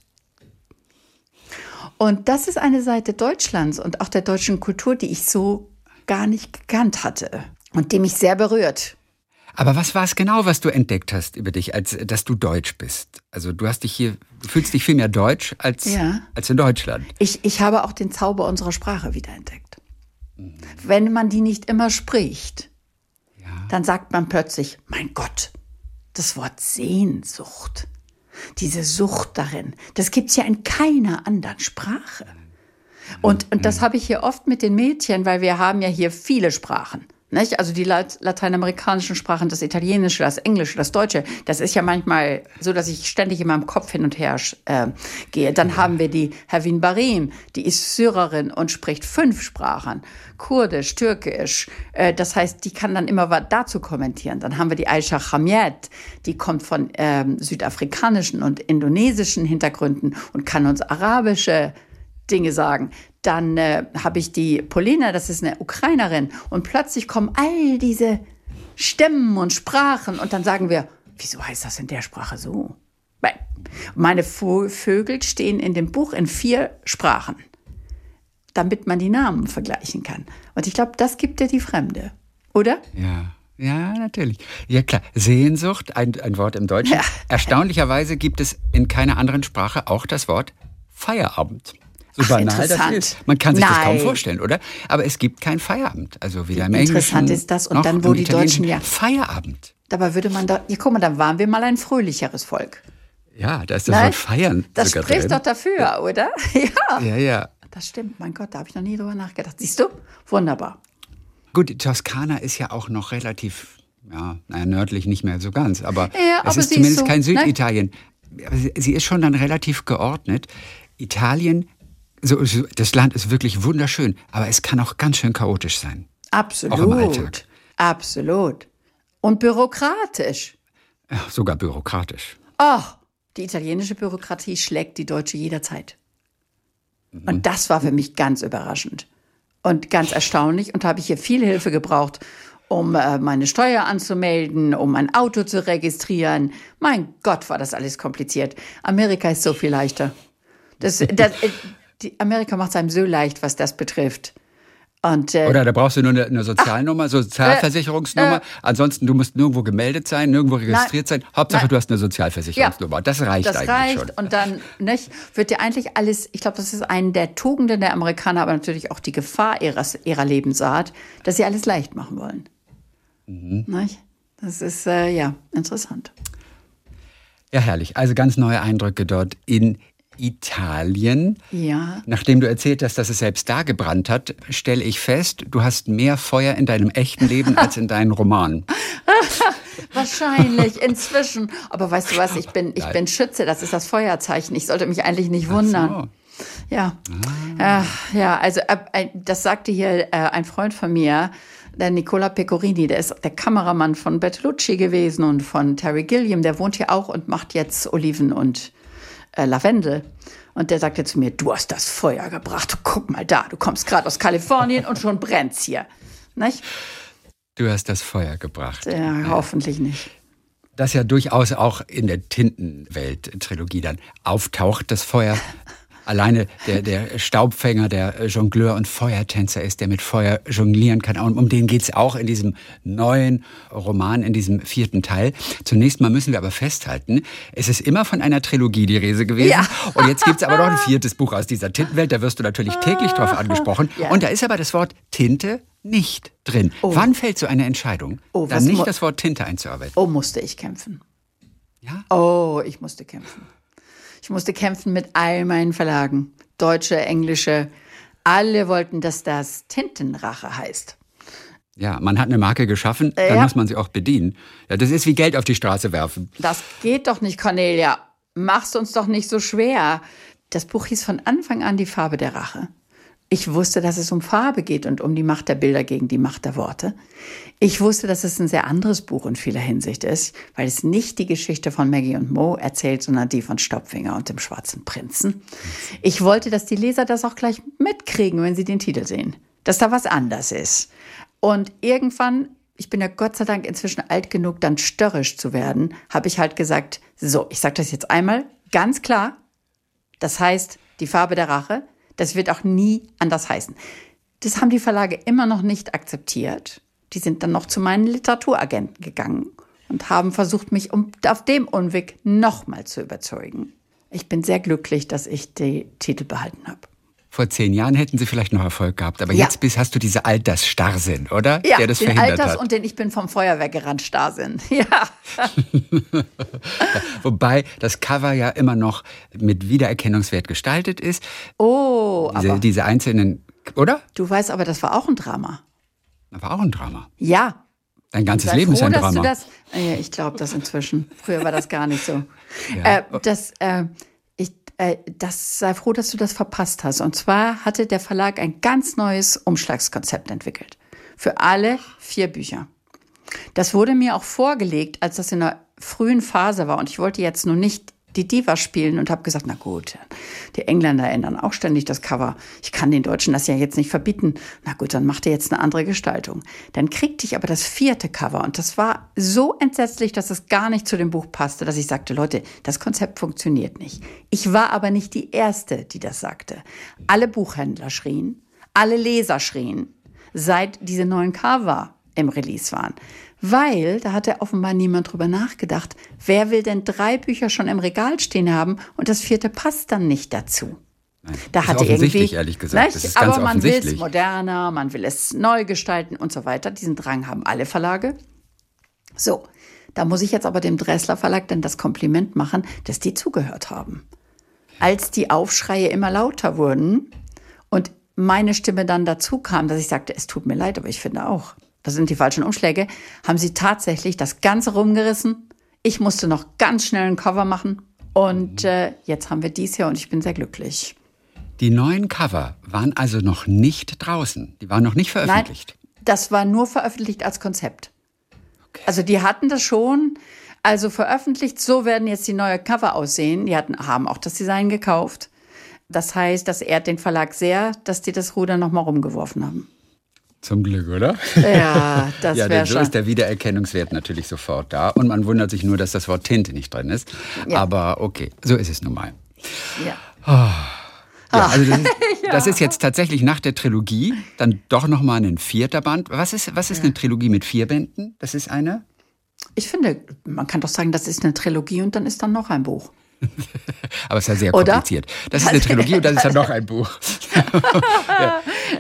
Und das ist eine Seite Deutschlands und auch der deutschen Kultur, die ich so gar nicht gekannt hatte und die mich sehr berührt. Aber was war es genau, was du entdeckt hast über dich, als dass du deutsch bist? Also du hast dich hier, du fühlst dich viel mehr deutsch als, Ja. als in Deutschland. Ich, ich habe auch den Zauber unserer Sprache wiederentdeckt. Wenn man die nicht immer spricht, dann sagt man plötzlich, mein Gott, das Wort Sehnsucht, diese Sucht darin, das gibt's ja in keiner anderen Sprache. Und, und das habe ich hier oft mit den Mädchen, weil wir haben ja hier viele Sprachen. Nicht? Also die Lat- lateinamerikanischen Sprachen, das Italienische, das Englische, das Deutsche, das ist ja manchmal so, dass ich ständig in meinem Kopf hin und her äh, gehe. Dann ja. haben wir die Hervin Barim, die ist Syrerin und spricht fünf Sprachen, Kurdisch, Türkisch. Äh, das heißt, die kann dann immer was dazu kommentieren. Dann haben wir die Aisha Chamiet, die kommt von ähm, südafrikanischen und indonesischen Hintergründen und kann uns arabische Dinge sagen. Dann äh, habe ich die Polina, das ist eine Ukrainerin. Und plötzlich kommen all diese Stimmen und Sprachen. Und dann sagen wir, wieso heißt das in der Sprache so? Weil meine Vögel stehen in dem Buch in vier Sprachen, damit man die Namen vergleichen kann. Und ich glaube, das gibt dir die Fremde, oder? Ja. Ja, natürlich. Ja, klar. Sehnsucht, ein, ein Wort im Deutschen. Ja. Erstaunlicherweise gibt es in keiner anderen Sprache auch das Wort Feierabend. So Ach, banal das interessant. ist. Man kann sich das kaum Nein. vorstellen, oder? Aber es gibt kein Feierabend. Also weder im Interessant Englischen ist das. Und noch dann, im wo die Italienischen. Deutschen ja- Feierabend. Dabei würde man da, ja, guck mal, dann waren wir mal ein fröhlicheres Volk. Ja, da ist das Nein? Wort feiern Das sogar spricht drin. doch dafür, oder? Ja. Ja, ja. Das stimmt, mein Gott, da habe ich noch nie drüber nachgedacht. Siehst du? Wunderbar. Gut, die Toskana ist ja auch noch relativ, ja, naja, nördlich nicht mehr so ganz, aber Ja, es aber ist sie zumindest ist so, kein ne? Süditalien. Aber sie- Sie ist schon dann relativ geordnet. Italien, so, so, das Land ist wirklich wunderschön, aber es kann auch ganz schön chaotisch sein. Absolut. Auch im Alltag. Absolut. Und bürokratisch. Ja, sogar bürokratisch. Ach, die italienische Bürokratie schlägt die deutsche jederzeit. Und das war für mich ganz überraschend und ganz erstaunlich. Und da habe ich hier viel Hilfe gebraucht, um äh, meine Steuer anzumelden, um mein Auto zu registrieren. Mein Gott, war das alles kompliziert. Amerika ist so viel leichter. Das, das, äh, die Amerika macht es einem so leicht, was das betrifft. Und, äh, Oder da brauchst du nur eine, eine Sozialnummer, Sozialversicherungsnummer. äh, Ansonsten, du musst nirgendwo gemeldet sein, nirgendwo registriert sein. Hauptsache, nein. du hast eine Sozialversicherungsnummer. Das reicht das eigentlich reicht. schon. Und dann nicht, wird dir eigentlich alles, ich glaube, das ist eine der Tugenden der Amerikaner, aber natürlich auch die Gefahr ihres, ihrer Lebensart, dass sie alles leicht machen wollen. Mhm. Nicht? Das ist, äh, ja, interessant. Ja, herrlich. Also ganz neue Eindrücke dort in Italien. Ja. Nachdem du erzählt hast, dass es selbst da gebrannt hat, stelle ich fest, du hast mehr Feuer in deinem echten Leben als in deinen Romanen. Wahrscheinlich, inzwischen. Aber weißt du was, ich bin, ich Nein. bin Schütze, das ist das Feuerzeichen. Ich sollte mich eigentlich nicht wundern. Ach so. Ja, ah. äh, ja, also äh, das sagte hier äh, ein Freund von mir, der Nicola Pecorini, der ist der Kameramann von Bertolucci gewesen und von Terry Gilliam, der wohnt hier auch und macht jetzt Oliven und äh, Lavendel. Und der sagte zu mir, du hast das Feuer gebracht, guck mal da, du kommst gerade aus Kalifornien und schon brennt's hier. Nicht? Du hast das Feuer gebracht. Ja, ja, hoffentlich nicht. Das ja durchaus auch in der Tintenwelt-Trilogie dann auftaucht, das Feuer. Alleine der, der Staubfänger, der Jongleur und Feuertänzer ist, der mit Feuer jonglieren kann. Und um den geht's auch in diesem neuen Roman, in diesem vierten Teil. Zunächst mal müssen wir aber festhalten, es ist immer von einer Trilogie die Rede gewesen. Ja. Und jetzt gibt's aber noch ein viertes Buch aus dieser Tintenwelt. Da wirst du natürlich täglich drauf angesprochen. Ja. Und da ist aber das Wort Tinte nicht drin. Oh. Wann fällt so eine Entscheidung, oh, dann nicht das Wort Tinte einzuarbeiten? Oh, musste ich kämpfen. Ja? Oh, ich musste kämpfen. Ich musste kämpfen mit all meinen Verlagen. Deutsche, englische. Alle wollten, dass das Tintenrache heißt. Ja, man hat eine Marke geschaffen, dann ja. muss man sie auch bedienen. Ja, das ist wie Geld auf die Straße werfen. Das geht doch nicht, Cornelia. Mach's uns doch nicht so schwer. Das Buch hieß von Anfang an Die Farbe der Rache. Ich wusste, dass es um Farbe geht und um die Macht der Bilder gegen die Macht der Worte. Ich wusste, dass es ein sehr anderes Buch in vieler Hinsicht ist, weil es nicht die Geschichte von Maggie und Mo erzählt, sondern die von Staubfinger und dem Schwarzen Prinzen. Ich wollte, dass die Leser das auch gleich mitkriegen, wenn sie den Titel sehen. Dass da was anders ist. Und irgendwann, ich bin ja Gott sei Dank inzwischen alt genug, dann störrisch zu werden, habe ich halt gesagt, so, ich sage das jetzt einmal ganz klar. Das heißt, Die Farbe der Rache. Das wird auch nie anders heißen. Das haben die Verlage immer noch nicht akzeptiert. Die sind dann noch zu meinen Literaturagenten gegangen und haben versucht, mich um, auf dem Umweg nochmal zu überzeugen. Ich bin sehr glücklich, dass ich die Titel behalten habe. Vor zehn Jahren hätten Sie vielleicht noch Erfolg gehabt, aber ja. jetzt bist, hast du diese Altersstarrsinn, oder? Ja, der das den verhindert Alters- hat. und den Ich bin vom Feuerwehr gerannt Starrsinn. Ja. ja. Wobei das Cover ja immer noch mit Wiedererkennungswert gestaltet ist. Oh, diese, aber... Diese einzelnen, oder? Du weißt aber, das war auch ein Drama. Das war auch ein Drama. Ja. Dein ganzes Sei Leben froh, ist ein dass Drama. Du das, ja, ich glaube das inzwischen. Früher war das gar nicht so. Ja. Äh, das... Äh, Das sei froh, dass du das verpasst hast. Und zwar hatte der Verlag ein ganz neues Umschlagskonzept entwickelt. Für alle vier Bücher. Das wurde mir auch vorgelegt, als das in einer frühen Phase war. Und ich wollte jetzt nur nicht die Diva spielen und habe gesagt, na gut, die Engländer ändern auch ständig das Cover. Ich kann den Deutschen das ja jetzt nicht verbieten. Na gut, dann macht ihr jetzt eine andere Gestaltung. Dann kriegte ich aber das vierte Cover und das war so entsetzlich, dass es gar nicht zu dem Buch passte, dass ich sagte, Leute, das Konzept funktioniert nicht. Ich war aber nicht die Erste, die das sagte. Alle Buchhändler schrien, alle Leser schrien, seit diese neuen Cover im Release waren. Weil, da hatte offenbar niemand drüber nachgedacht, wer will denn drei Bücher schon im Regal stehen haben und das vierte passt dann nicht dazu. Nein, da das hatte ist offensichtlich, irgendwie, ehrlich gesagt. Nicht? Das ist ganz aber man will es offensichtlich. moderner, man will es neu gestalten und so weiter. Diesen Drang haben alle Verlage. So, da muss ich jetzt aber dem Dressler Verlag dann das Kompliment machen, dass die zugehört haben. Als die Aufschreie immer lauter wurden und meine Stimme dann dazu kam, dass ich sagte, es tut mir leid, aber ich finde auch, das sind die falschen Umschläge, haben sie tatsächlich das Ganze rumgerissen. Ich musste noch ganz schnell ein Cover machen und äh, jetzt haben wir dies hier und ich bin sehr glücklich. Die neuen Cover waren also noch nicht draußen, die waren noch nicht veröffentlicht? Nein, das war nur veröffentlicht als Konzept. Okay. Also die hatten das schon, also veröffentlicht, so werden jetzt die neuen Cover aussehen. Die hatten, haben auch das Design gekauft. Das heißt, das ehrt den Verlag sehr, dass die das Ruder noch mal rumgeworfen haben. Zum Glück, oder? Ja, das ja, wäre so schon. ist der Wiedererkennungswert natürlich sofort da. Und man wundert sich nur, dass das Wort Tinte nicht drin ist. Ja. Aber okay, so ist es nun mal. Ja. Oh. Ja, also das, ist, ja. das ist jetzt tatsächlich nach der Trilogie dann doch noch mal ein vierter Band. Was ist, was ist ja. eine Trilogie mit vier Bänden? Das ist eine? Ich finde, man kann doch sagen, das ist eine Trilogie und dann ist dann noch ein Buch. Aber es ist ja sehr kompliziert. Oder? Das ist eine Trilogie und dann ist dann noch ein Buch. ja.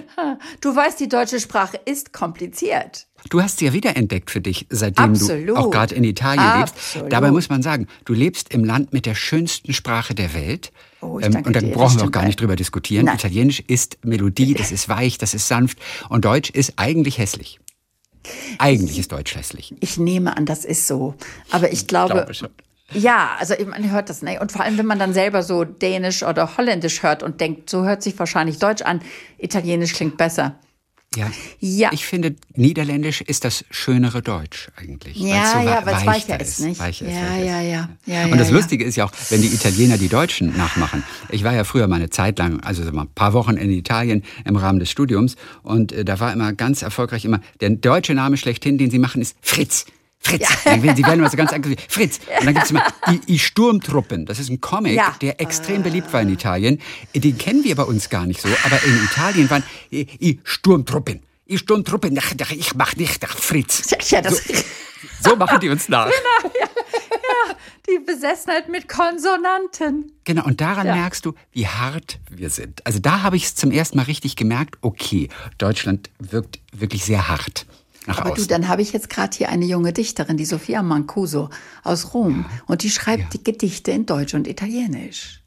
Du weißt, die deutsche Sprache ist kompliziert. Du hast sie ja wiederentdeckt für dich, seitdem Absolut. du auch gerade in Italien Absolut. lebst. Dabei muss man sagen, du lebst im Land mit der schönsten Sprache der Welt. Oh, ich danke und da dir, brauchen das wir auch gar stimmt. nicht drüber diskutieren. Nein. Italienisch ist Melodie, das ist weich, das ist sanft. Und Deutsch ist eigentlich hässlich. Eigentlich ist Deutsch hässlich. Ich nehme an, das ist so. Aber ich glaube, ich glaube Ja, also man hört das, ne? Und vor allem, wenn man dann selber so Dänisch oder Holländisch hört und denkt, so hört sich wahrscheinlich Deutsch an, Italienisch klingt besser. Ja. ja. Ich finde, Niederländisch ist das schönere Deutsch eigentlich. Ja, so ja, weil es weicher ist. ist, nicht? Weicher ja, ist, weicher ja, ja, ja. Und das ja, Lustige ja. ist ja auch, wenn die Italiener die Deutschen nachmachen. Ich war ja früher mal eine Zeit lang, also mal ein paar Wochen in Italien im Rahmen des Studiums. Und äh, da war immer ganz erfolgreich immer, der deutsche Name schlechthin, den sie machen, ist Fritz. Fritz. Ja. Sie werden immer so ganz aggressiv. Fritz. Und dann gibt es immer die, die Sturmtruppen. Das ist ein Comic, ja. der extrem beliebt war in Italien. Den kennen wir bei uns gar nicht so. Aber in Italien waren die, die Sturmtruppen. Die Sturmtruppen. Ich mach nicht nach Fritz. Ja, das so, so machen die uns nach. Genau, ja. ja. Die Besessenheit mit Konsonanten. Genau, und daran ja. merkst du, wie hart wir sind. Also da habe ich es zum ersten Mal richtig gemerkt, okay, Deutschland wirkt wirklich sehr hart. Nach Aber außen. du, dann habe ich jetzt gerade hier eine junge Dichterin, die Sofia Mancuso aus Rom. Ja. Und die schreibt ja. die Gedichte in Deutsch und Italienisch.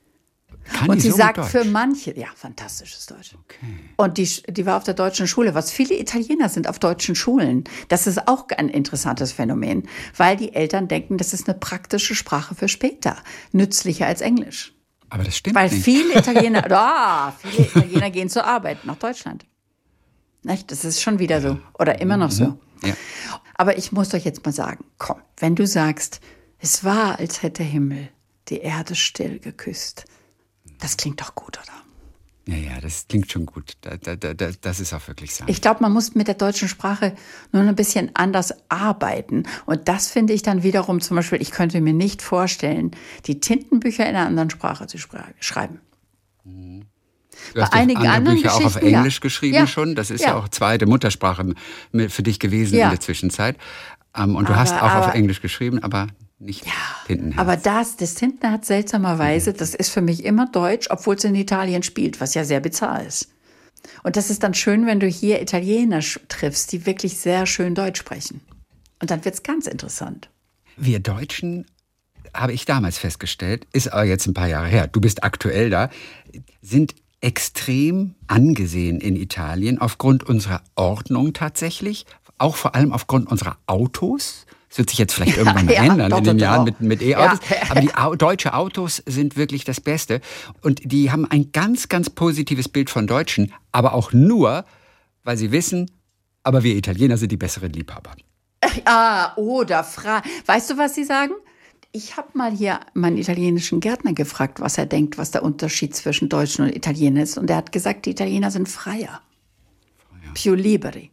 Kann und sie so sagt Deutsch? Für manche, ja, fantastisches Deutsch. Okay. Und die, die war auf der deutschen Schule, was viele Italiener sind auf deutschen Schulen. Das ist auch ein interessantes Phänomen, weil die Eltern denken, das ist eine praktische Sprache für später, nützlicher als Englisch. Aber das stimmt weil nicht. Weil viele Italiener, oh, viele Italiener gehen zur Arbeit nach Deutschland. Nicht? Das ist schon wieder so. Oder immer noch so. Ja. Aber ich muss euch jetzt mal sagen, komm, wenn du sagst, es war, als hätte der Himmel die Erde still geküsst. Das klingt doch gut, oder? Ja, ja, das klingt schon gut. Da, da, da, das ist auch wirklich sanft. Ich glaube, man muss mit der deutschen Sprache nur ein bisschen anders arbeiten. Und das finde ich dann wiederum zum Beispiel, ich könnte mir nicht vorstellen, die Tintenbücher in einer anderen Sprache zu schreiben. Mhm. Du hast Bei einigen andere anderen Bücher auch auf Geschichten, Englisch ja. geschrieben ja. schon. Das ist ja. ja auch zweite Muttersprache für dich gewesen ja. in der Zwischenzeit. Und du aber, hast auch aber, auf Englisch geschrieben, aber nicht ja, Tintenherz. Aber das, das Tintenherz seltsamerweise, mhm. das ist für mich immer Deutsch, obwohl es in Italien spielt, was ja sehr bizarr ist. Und das ist dann schön, wenn du hier Italiener triffst, die wirklich sehr schön Deutsch sprechen. Und dann wird es ganz interessant. Wir Deutschen, habe ich damals festgestellt, ist aber jetzt ein paar Jahre her, du bist aktuell da, sind extrem angesehen in Italien aufgrund unserer Ordnung tatsächlich, auch vor allem aufgrund unserer Autos. Das wird sich jetzt vielleicht irgendwann ja, mal ändern doch, in den doch, Jahren doch. mit, mit E-Autos. Ja. Aber die Au- deutsche Autos sind wirklich das Beste. Und die haben ein ganz, ganz positives Bild von Deutschen, aber auch nur, weil sie wissen, aber wir Italiener sind die besseren Liebhaber. Ah, oder Fra. Weißt du, was sie sagen? Ich habe mal hier meinen italienischen Gärtner gefragt, was er denkt, was der Unterschied zwischen Deutschen und Italienern ist. Und er hat gesagt, die Italiener sind freier. Freier. Più liberi.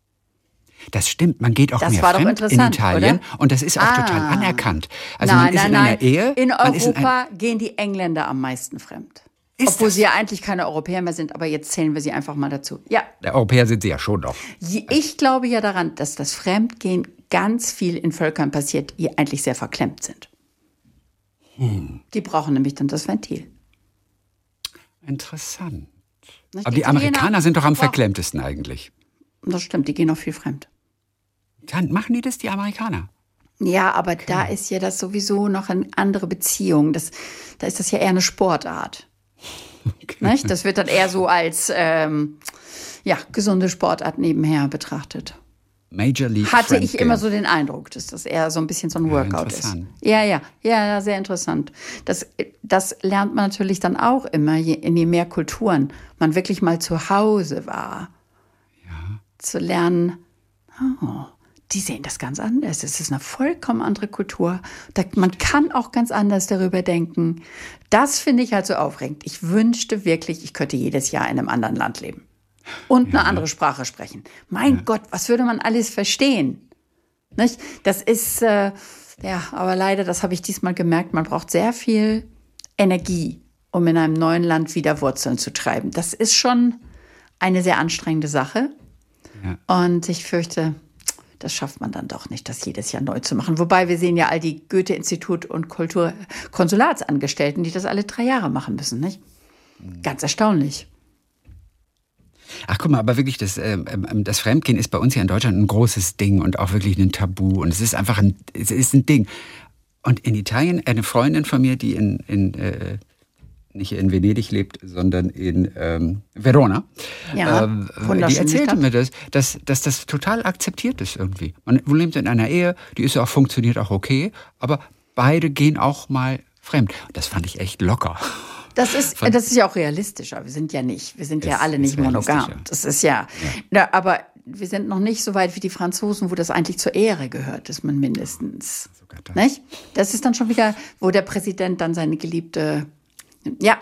Das stimmt, man geht auch das mehr war fremd doch in Italien oder? Und das ist auch ah. total anerkannt. Also nein, man ist nein, in nein. einer Ehe. In Europa in ein gehen die Engländer am meisten fremd. Ist Obwohl das? sie ja eigentlich keine Europäer mehr sind, aber jetzt zählen wir sie einfach mal dazu. Ja. Der Europäer sind sie ja schon noch. Ich glaube ja daran, dass das Fremdgehen ganz viel in Völkern passiert, die eigentlich sehr verklemmt sind. Hm. Die brauchen nämlich dann das Ventil. Interessant. Nicht? Aber die Amerikaner sind doch am verklemmtesten eigentlich. Das stimmt, die gehen auch viel fremd. Dann machen die das, die Amerikaner? Ja, aber okay. Da ist ja das sowieso noch eine andere Beziehung. Das, da ist das ja eher eine Sportart. Okay. Nicht? Das wird dann eher so als ähm, ja, gesunde Sportart nebenher betrachtet. Major League Hatte Friend ich Game. immer so den Eindruck, dass das eher so ein bisschen so ein Workout ja, ist. Ja, ja, ja, ja, sehr interessant. Das, das lernt man natürlich dann auch immer, je, in je mehr Kulturen man wirklich mal zu Hause war. Ja. Zu lernen, oh, die sehen das ganz anders. Es ist eine vollkommen andere Kultur. Da, man kann auch ganz anders darüber denken. Das finde ich halt so aufregend. Ich wünschte wirklich, ich könnte jedes Jahr in einem anderen Land leben. Und ja. eine andere Sprache sprechen. Mein ja. Gott, was würde man alles verstehen? Nicht? Das ist, äh, ja, aber leider, das habe ich diesmal gemerkt, man braucht sehr viel Energie, um in einem neuen Land wieder Wurzeln zu treiben. Das ist schon eine sehr anstrengende Sache. Ja. Und ich fürchte, das schafft man dann doch nicht, das jedes Jahr neu zu machen. Wobei wir sehen ja all die Goethe-Institut- und Kultur- Konsulatsangestellten, die das alle drei Jahre machen müssen, nicht? Mhm. Ganz erstaunlich. Ach guck mal, aber wirklich, das, äh, das Fremdgehen ist bei uns ja in Deutschland ein großes Ding und auch wirklich ein Tabu. Und es ist einfach ein, es ist ein Ding. Und in Italien, eine Freundin von mir, die in, in äh, nicht in Venedig lebt, sondern in ähm, Verona, ja, äh, die erzählte mir das, dass, dass das total akzeptiert ist irgendwie. Man lebt in einer Ehe, die ist ja auch, funktioniert auch okay, aber beide gehen auch mal fremd. Das fand ich echt locker. Das ist, das ist ja auch realistischer. Wir sind ja nicht, wir sind ja Es alle nicht ist realistischer. monogam. Das ist ja, na, aber wir sind noch nicht so weit wie die Franzosen, wo das eigentlich zur Ehre gehört, dass man mindestens, Sogar das. nicht? Das ist dann schon wieder, wo der Präsident dann seine Geliebte, ja.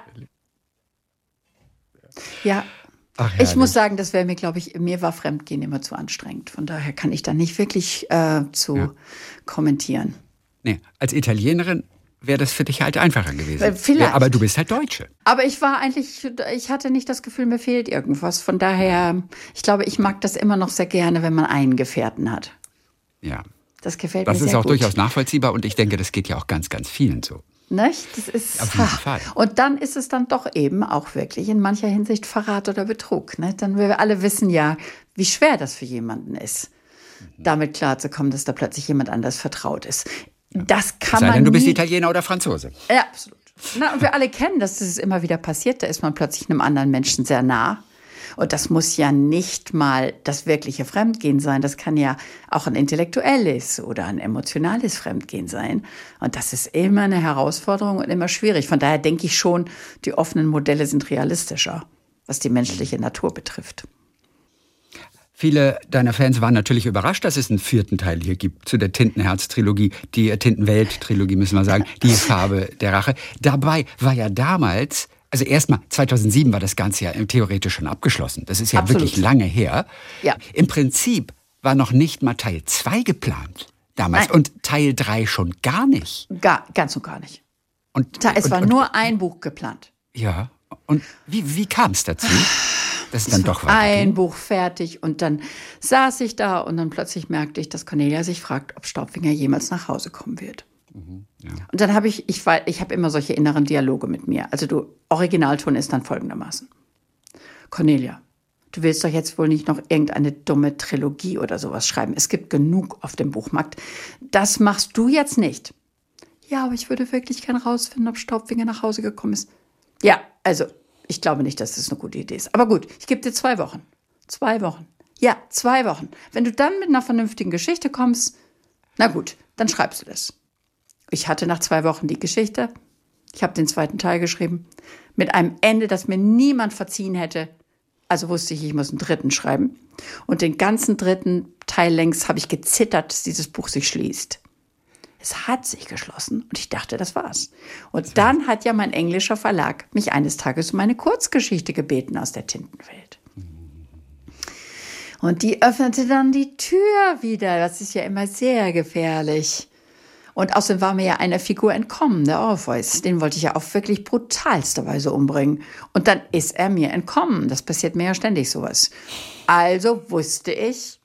Ja. Ach, Ich herrlich. muss sagen, das wäre mir, glaube ich, mir war Fremdgehen immer zu anstrengend. Von daher kann ich da nicht wirklich äh, zu Ja. kommentieren. Nee, als Italienerin wäre das für dich halt einfacher gewesen. Äh, vielleicht. Ja, aber du bist halt Deutsche. Aber ich war eigentlich, ich hatte nicht das Gefühl, mir fehlt irgendwas. Von daher, ich glaube, ich mag das immer noch sehr gerne, wenn man einen Gefährten hat. Ja. Das gefällt Das mir ist sehr auch gut. durchaus nachvollziehbar und ich denke, das geht ja auch ganz, ganz vielen so. Nicht? Das ist, Auf jeden ha. Fall. Und dann ist es dann doch eben auch wirklich in mancher Hinsicht Verrat oder Betrug. Ne? Dann wir alle wissen ja, wie schwer das für jemanden ist, Mhm. damit klarzukommen, dass da plötzlich jemand anders vertraut ist. Das kann Es sei man denn, du bist nie, Italiener oder Franzose. Ja, absolut. Na, und wir alle kennen, dass das immer wieder passiert. Da ist man plötzlich einem anderen Menschen sehr nah. Und das muss ja nicht mal das wirkliche Fremdgehen sein. Das kann ja auch ein intellektuelles oder ein emotionales Fremdgehen sein. Und das ist immer eine Herausforderung und immer schwierig. Von daher denke ich schon, die offenen Modelle sind realistischer, was die menschliche Natur betrifft. Viele deiner Fans waren natürlich überrascht, dass es einen vierten Teil hier gibt zu der Tintenherz-Trilogie, die Tintenwelt-Trilogie, müssen wir sagen, die Farbe der Rache. Dabei war ja damals, also erstmal zweitausendsieben war das Ganze ja theoretisch schon abgeschlossen. Das ist ja Absolut. wirklich lange her. Ja. Im Prinzip war noch nicht mal Teil zwei geplant damals Nein. und Teil drei schon gar nicht. Gar, ganz und gar nicht. Und, Da, es und, war und, nur ein Buch geplant. Ja, und wie, wie kam es dazu, dass es dann doch Ein weiterging? Buch fertig und dann saß ich da und dann plötzlich merkte ich, dass Cornelia sich fragt, ob Staubfinger jemals nach Hause kommen wird. Ja. Und dann habe ich, ich war, ich habe immer solche inneren Dialoge mit mir. Also du, Originalton ist dann folgendermaßen. Cornelia, du willst doch jetzt wohl nicht noch irgendeine dumme Trilogie oder sowas schreiben. Es gibt genug auf dem Buchmarkt. Das machst du jetzt nicht. Ja, aber ich würde wirklich gern rausfinden, ob Staubfinger nach Hause gekommen ist. Ja, also ich glaube nicht, dass das eine gute Idee ist. Aber gut, ich gebe dir zwei Wochen. Zwei Wochen. Ja, zwei Wochen. Wenn du dann mit einer vernünftigen Geschichte kommst, na gut, dann schreibst du das. Ich hatte nach zwei Wochen die Geschichte. Ich habe den zweiten Teil geschrieben. Mit einem Ende, das mir niemand verziehen hätte. Also wusste ich, ich muss einen dritten schreiben. Und den ganzen dritten Teil längs habe ich gezittert, dass dieses Buch sich schließt. Es hat sich geschlossen und ich dachte, das war's. Und dann hat ja mein englischer Verlag mich eines Tages um eine Kurzgeschichte gebeten aus der Tintenwelt. Und die öffnete dann die Tür wieder. Das ist ja immer sehr gefährlich. Und außerdem war mir ja eine Figur entkommen, der Orpheus. Den wollte ich ja auf wirklich brutalste Weise umbringen. Und dann ist er mir entkommen. Das passiert mir ja ständig sowas. Also wusste ich,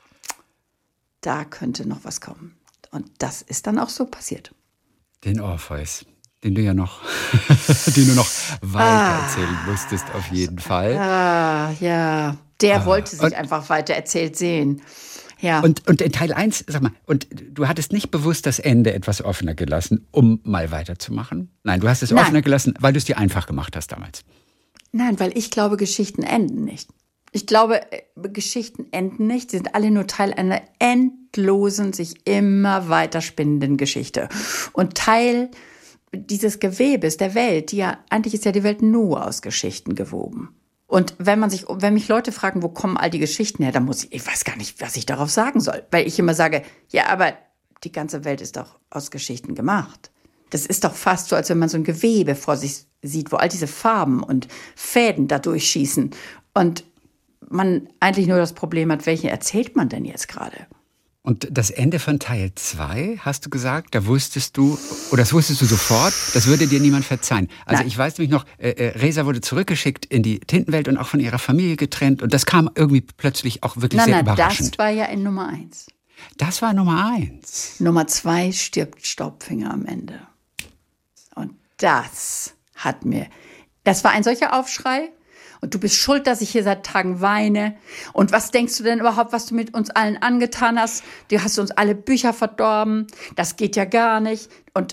da könnte noch was kommen. Und das ist dann auch so passiert. Den Orpheus, den du ja noch, den du noch weiter erzählen musstest, auf jeden Fall. Ah, ja. Der Ah, wollte sich und- einfach weiter erzählt sehen. Ja. Und, und in Teil eins, sag mal, und du hattest nicht bewusst das Ende etwas offener gelassen, um mal weiterzumachen? Nein, du hast es Nein. offener gelassen, weil du es dir einfach gemacht hast damals. Nein, weil ich glaube, Geschichten enden nicht. Ich glaube, äh, Geschichten enden nicht. Sie sind alle nur Teil einer endlosen, sich immer weiter spinnenden Geschichte. Und Teil dieses Gewebes der Welt, die ja, eigentlich ist ja die Welt nur aus Geschichten gewoben. Und wenn man sich, wenn mich Leute fragen, wo kommen all die Geschichten her, dann muss ich, ich weiß gar nicht, was ich darauf sagen soll. Weil ich immer sage, ja, aber die ganze Welt ist doch aus Geschichten gemacht. Das ist doch fast so, als wenn man so ein Gewebe vor sich sieht, wo all diese Farben und Fäden da durchschießen. Und man eigentlich nur das Problem hat, welche erzählt man denn jetzt gerade? Und das Ende von Teil zwei, hast du gesagt, da wusstest du, oder das wusstest du sofort, das würde dir niemand verzeihen. Also Nein. ich weiß nämlich noch, äh, äh, Reza wurde zurückgeschickt in die Tintenwelt und auch von ihrer Familie getrennt. Und das kam irgendwie plötzlich auch wirklich Nein, sehr nein, überraschend. das war ja in Nummer eins. Das war Nummer eins. Nummer zwei stirbt Staubfinger am Ende. Und das hat mir, das war ein solcher Aufschrei. Und du bist schuld, dass ich hier seit Tagen weine. Und was denkst du denn überhaupt, was du mit uns allen angetan hast? Du hast uns alle Bücher verdorben. Das geht ja gar nicht. Und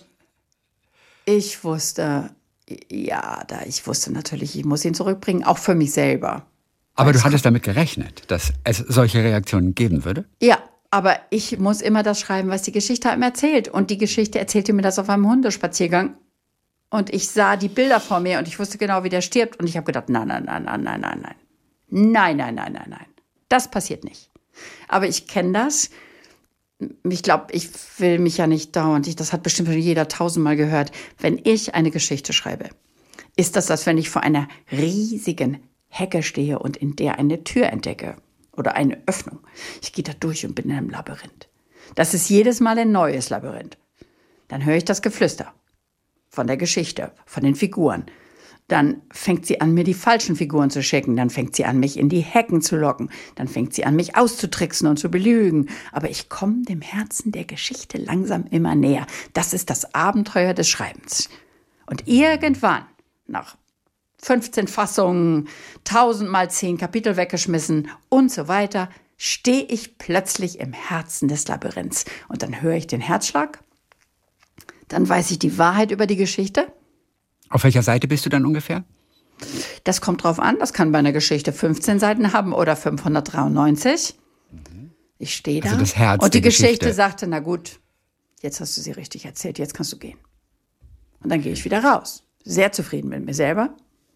ich wusste, ja, da ich wusste natürlich, ich muss ihn zurückbringen, auch für mich selber. Aber du Es hattest damit gerechnet, dass es solche Reaktionen geben würde? Ja, Aber ich muss immer das schreiben, was die Geschichte einem erzählt. Und die Geschichte erzählte mir das auf einem Hundespaziergang. Und ich sah die Bilder vor mir und ich wusste genau, wie der stirbt. Und ich habe gedacht, nein, nein, nein, nein, nein, nein, nein. Nein, nein, nein, nein, nein. Das passiert nicht. Aber ich kenne das. Ich glaube, ich will mich ja nicht dauernd, ich, das hat bestimmt schon jeder tausendmal gehört. Wenn ich eine Geschichte schreibe, ist das, als wenn ich vor einer riesigen Hecke stehe und in der eine Tür entdecke. Oder eine Öffnung. Ich gehe da durch und bin in einem Labyrinth. Das ist jedes Mal ein neues Labyrinth. Dann höre ich das Geflüster von der Geschichte, von den Figuren. Dann fängt sie an, mir die falschen Figuren zu schicken. Dann fängt sie an, mich in die Hecken zu locken. Dann fängt sie an, mich auszutricksen und zu belügen. Aber ich komme dem Herzen der Geschichte langsam immer näher. Das ist das Abenteuer des Schreibens. Und irgendwann, nach fünfzehn Fassungen, tausend mal zehn Kapitel weggeschmissen und so weiter, stehe ich plötzlich im Herzen des Labyrinths. Und dann höre ich den Herzschlag, dann weiß ich die Wahrheit über die Geschichte. Auf welcher Seite bist du dann ungefähr? Das kommt drauf an, das kann bei einer Geschichte fünfzehn Seiten haben oder fünfhundertdreiundneunzig. Mhm. Ich stehe da also das Herz und die der Geschichte. Geschichte sagte, na gut, jetzt hast du sie richtig erzählt, jetzt kannst du gehen. Und dann gehe ich wieder raus, sehr zufrieden mit mir selber.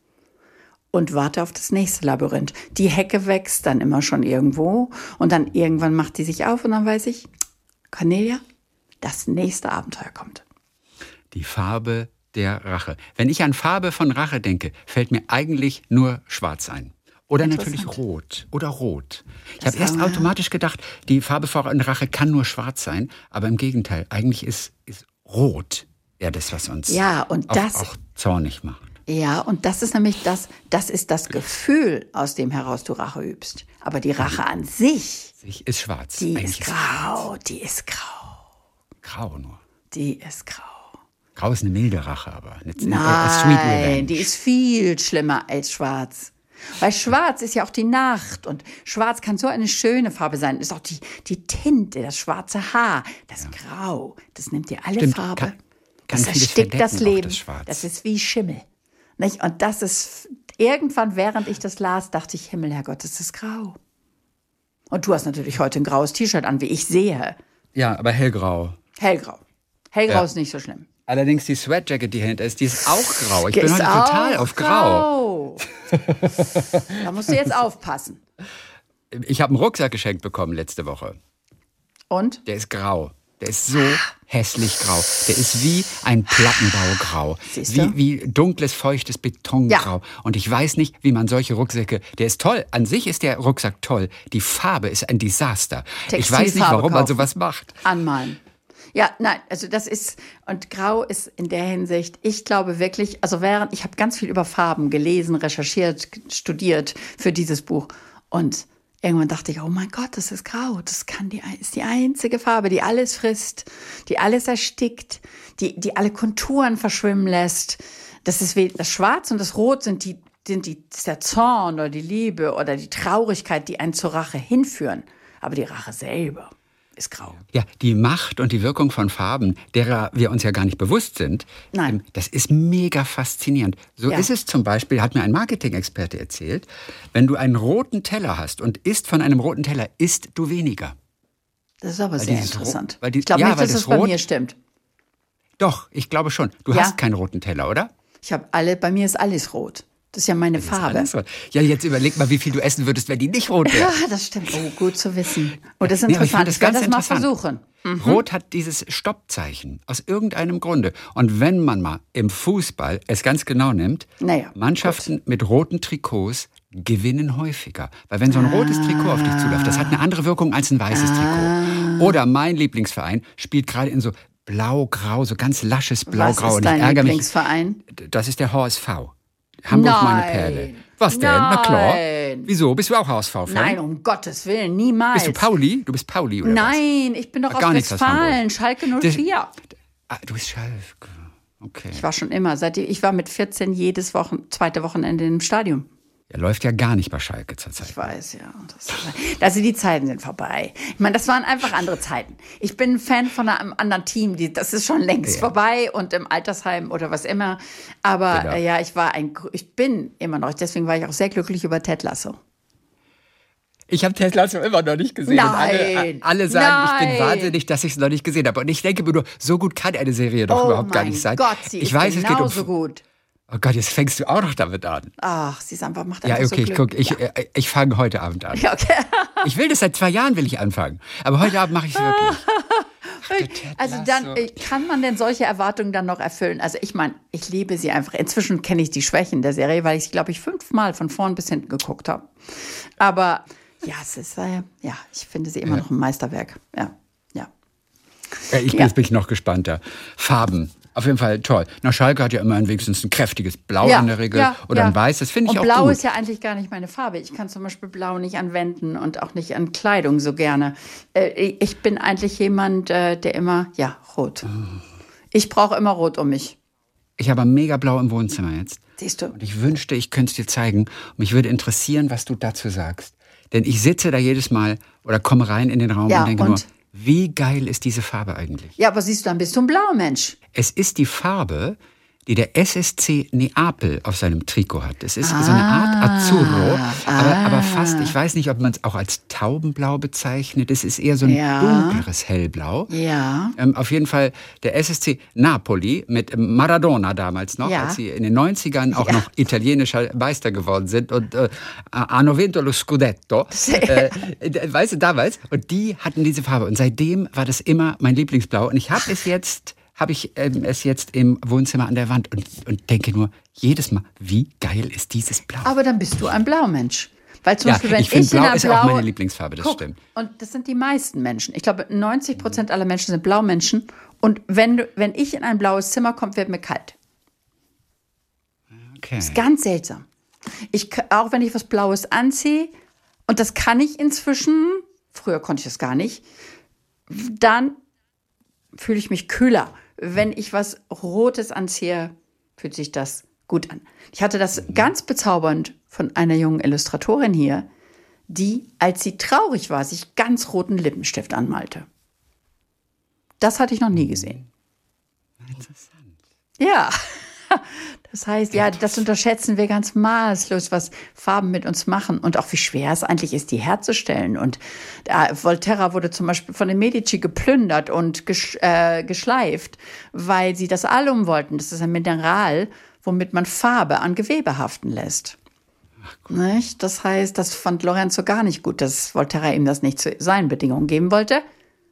Und warte auf das nächste Labyrinth. Die Hecke wächst dann immer schon irgendwo und dann irgendwann macht die sich auf und dann weiß ich, Cornelia, das nächste Abenteuer kommt. Die Farbe der Rache. Wenn ich an Farbe von Rache denke, fällt mir eigentlich nur schwarz ein. Oder natürlich rot oder rot. Ich habe erst automatisch gedacht, die Farbe von Rache kann nur schwarz sein, aber im Gegenteil, eigentlich ist, ist rot eher das, was uns ja, und auch, das, auch zornig macht. Ja, und das ist nämlich das, das ist das Gefühl, aus dem heraus du Rache übst. Aber die Rache an sich, sich ist schwarz. Die Eigentlich ist grau, ist die ist grau. Grau nur. Die ist grau. Grau ist eine milde Rache, aber eine Nein, die ist viel schlimmer als schwarz. Weil schwarz ist ja auch die Nacht und schwarz kann so eine schöne Farbe sein. Ist auch die, die Tinte, das schwarze Haar, das ja. Grau, das nimmt dir alle Stimmt, Farbe. Kann, kann das erstickt das Leben. Das, das ist wie Schimmel. Nicht? Und das ist, irgendwann, während ich das las, dachte ich, Himmel, Herrgott, das ist grau. Und du hast natürlich heute ein graues T-Shirt an, wie ich sehe. Ja, aber hellgrau. Hellgrau. Hellgrau ja. ist nicht so schlimm. Allerdings die Sweatjacket, die hinter ist, die ist auch grau. Ich die bin heute total auf grau. grau. Da musst du jetzt aufpassen. Ich habe einen Rucksack geschenkt bekommen letzte Woche. Und? Der ist grau. Der ist so hässlich grau. Der ist wie ein Plattenbaugrau. Wie, wie dunkles, feuchtes Betongrau. Ja. Und ich weiß nicht, wie man solche Rucksäcke... Der ist toll. An sich ist der Rucksack toll. Die Farbe ist ein Desaster. Ich weiß nicht, warum man sowas macht. Anmalen. Ja, nein, also das ist... Und grau ist in der Hinsicht, ich glaube wirklich... Also während... Ich habe ganz viel über Farben gelesen, recherchiert, studiert für dieses Buch. Und... Irgendwann dachte ich, oh mein Gott, das ist grau. Das kann die, ist die einzige Farbe, die alles frisst, die alles erstickt, die, die alle Konturen verschwimmen lässt. Das ist wie, das Schwarz und das Rot sind die, sind die, das ist der Zorn oder die Liebe oder die Traurigkeit, die einen zur Rache hinführen. Aber die Rache selber ist grau. Ja, die Macht und die Wirkung von Farben, derer wir uns ja gar nicht bewusst sind, Nein. das ist mega faszinierend. So ja. ist es zum Beispiel, hat mir ein Marketing-Experte erzählt, wenn du einen roten Teller hast und isst von einem roten Teller, isst du weniger. Das ist aber weil sehr interessant. Ro- die, ich glaube ja, nicht, dass das das bei Rot, mir stimmt. Doch, ich glaube schon. Du ja. hast keinen roten Teller, oder? Ich habe alle, bei mir ist alles rot. Das ist ja meine das Farbe. Ja, jetzt überleg mal, wie viel du essen würdest, wenn die nicht rot wäre. Ja, das stimmt. Oh, gut zu wissen. Oh, das ist Nee, interessant. ich, ich werde das mal versuchen. Mhm. Rot hat dieses Stoppzeichen aus irgendeinem Grunde. Und wenn man mal im Fußball es ganz genau nimmt, naja, Mannschaften gut. mit roten Trikots gewinnen häufiger. Weil wenn so ein rotes ah. Trikot auf dich zuläuft, das hat eine andere Wirkung als ein weißes ah. Trikot. Oder mein Lieblingsverein spielt gerade in so blau-grau, so ganz lasches blau-grau. Was ist und dein ich ärgere Lieblingsverein? mich. Das ist der H S V. Hamburg, Nein. meine Perle. Was denn? Nein. Na klar. Wieso? Bist du auch H S V-Fan? Nein, um Gottes Willen, niemals. Bist du Pauli? Du bist Pauli, oder Nein, was? ich bin doch Gar aus nichts aus Westfalen, Hamburg. Schalke null vier. Ah, du bist Schalke. Okay. Ich war schon immer, seit ich war mit vierzehn jedes Wochen, zweite Wochenende im Stadion. Er läuft ja gar nicht bei Schalke zurzeit. Ich weiß, ja. Das, also die Zeiten sind vorbei. Ich meine, das waren einfach andere Zeiten. Ich bin ein Fan von einem anderen Team. Die, das ist schon längst ja. vorbei und im Altersheim oder was immer. Aber genau. äh, ja, ich war ein, ich bin immer noch. Deswegen war ich auch sehr glücklich über Ted Lasso. Ich habe Ted Lasso immer noch nicht gesehen. Nein. Und alle, alle sagen, Nein. ich bin wahnsinnig, dass ich es noch nicht gesehen habe. Und ich denke mir nur, so gut kann eine Serie doch oh überhaupt gar nicht sein. Gott, sie ich ist weiß, es geht um. genauso gut. Oh Gott, jetzt fängst du auch noch damit an. Ach, sie ist einfach, macht Ja, einfach okay, so ich Glück. guck, ich, ja. äh, ich fange heute Abend an. Ja, okay. Ich will das seit zwei Jahren, will ich anfangen. Aber heute Abend mache ich es wirklich. Ach, der Ted Also Lasso. dann äh, kann man denn solche Erwartungen dann noch erfüllen? Also ich meine, ich liebe sie einfach. Inzwischen kenne ich die Schwächen der Serie, weil ich sie, glaube ich, fünfmal von vorn bis hinten geguckt habe. Aber ja, es ist, äh, ja, ich finde sie immer Ja. noch ein Meisterwerk. Ja, ja. Ja, ich bin Ja. jetzt bin ich noch gespannter. Farben. Auf jeden Fall toll. Na, Schalke hat ja immerhin wenigstens ein kräftiges Blau ja, in der Regel ja, oder ja. ein Weiß. Das finde ich und auch Blau gut. ist ja eigentlich gar nicht meine Farbe. Ich kann zum Beispiel Blau nicht an Wänden und auch nicht an Kleidung so gerne. Äh, ich bin eigentlich jemand, äh, der immer, ja, rot. Ich brauche immer rot um mich. Ich habe mega Blau im Wohnzimmer jetzt. Siehst du? Und ich wünschte, ich könnte es dir zeigen. Und mich würde interessieren, was du dazu sagst. Denn ich sitze da jedes Mal oder komme rein in den Raum Ja, und denke und? nur, wie geil ist diese Farbe eigentlich? Ja, aber siehst du, dann bist du ein Blaumensch. Es ist die Farbe, die der S S C Neapel auf seinem Trikot hat. Es ist so eine Art Azzurro, aber, aber fast, ich weiß nicht, ob man es auch als Taubenblau bezeichnet. Es ist eher so ein Ja. dunkleres Hellblau. Ja. Ähm, auf jeden Fall der S S C Napoli mit Maradona damals noch, Ja. als sie in den neunzigern auch Ja. noch italienischer Meister geworden sind und äh, hanno vinto lo scudetto. äh, äh, weißt du, damals. Und die hatten diese Farbe. Und seitdem war das immer mein Lieblingsblau. Und ich habe es jetzt... habe ich ähm, es jetzt im Wohnzimmer an der Wand und, und denke nur jedes Mal, wie geil ist dieses Blau. Aber dann bist du ein Blaumensch. Weil zum Ja, Beispiel, wenn ich finde, ich in Blau einer ist auch meine Lieblingsfarbe, das Guck, stimmt. Und das sind die meisten Menschen. Ich glaube, neunzig Prozent aller Menschen sind Blaumenschen. Und wenn, du, wenn ich in ein blaues Zimmer komme, wird mir kalt. Okay. Das ist ganz seltsam. Ich, auch wenn ich was Blaues anziehe, und das kann ich inzwischen, früher konnte ich das gar nicht, dann fühle ich mich kühler. Wenn ich was Rotes anziehe, fühlt sich das gut an. Ich hatte das ganz bezaubernd von einer jungen Illustratorin hier, die, als sie traurig war, sich ganz roten Lippenstift anmalte. Das hatte ich noch nie gesehen. Interessant. Ja, das heißt, ja, das unterschätzen wir ganz maßlos, was Farben mit uns machen und auch wie schwer es eigentlich ist, die herzustellen. Und äh, Volterra wurde zum Beispiel von den Medici geplündert und gesch äh, geschleift, weil sie das Alum wollten. Das ist ein Mineral, womit man Farbe an Gewebe haften lässt. Nicht? Das heißt, das fand Lorenzo gar nicht gut, dass Volterra ihm das nicht zu seinen Bedingungen geben wollte.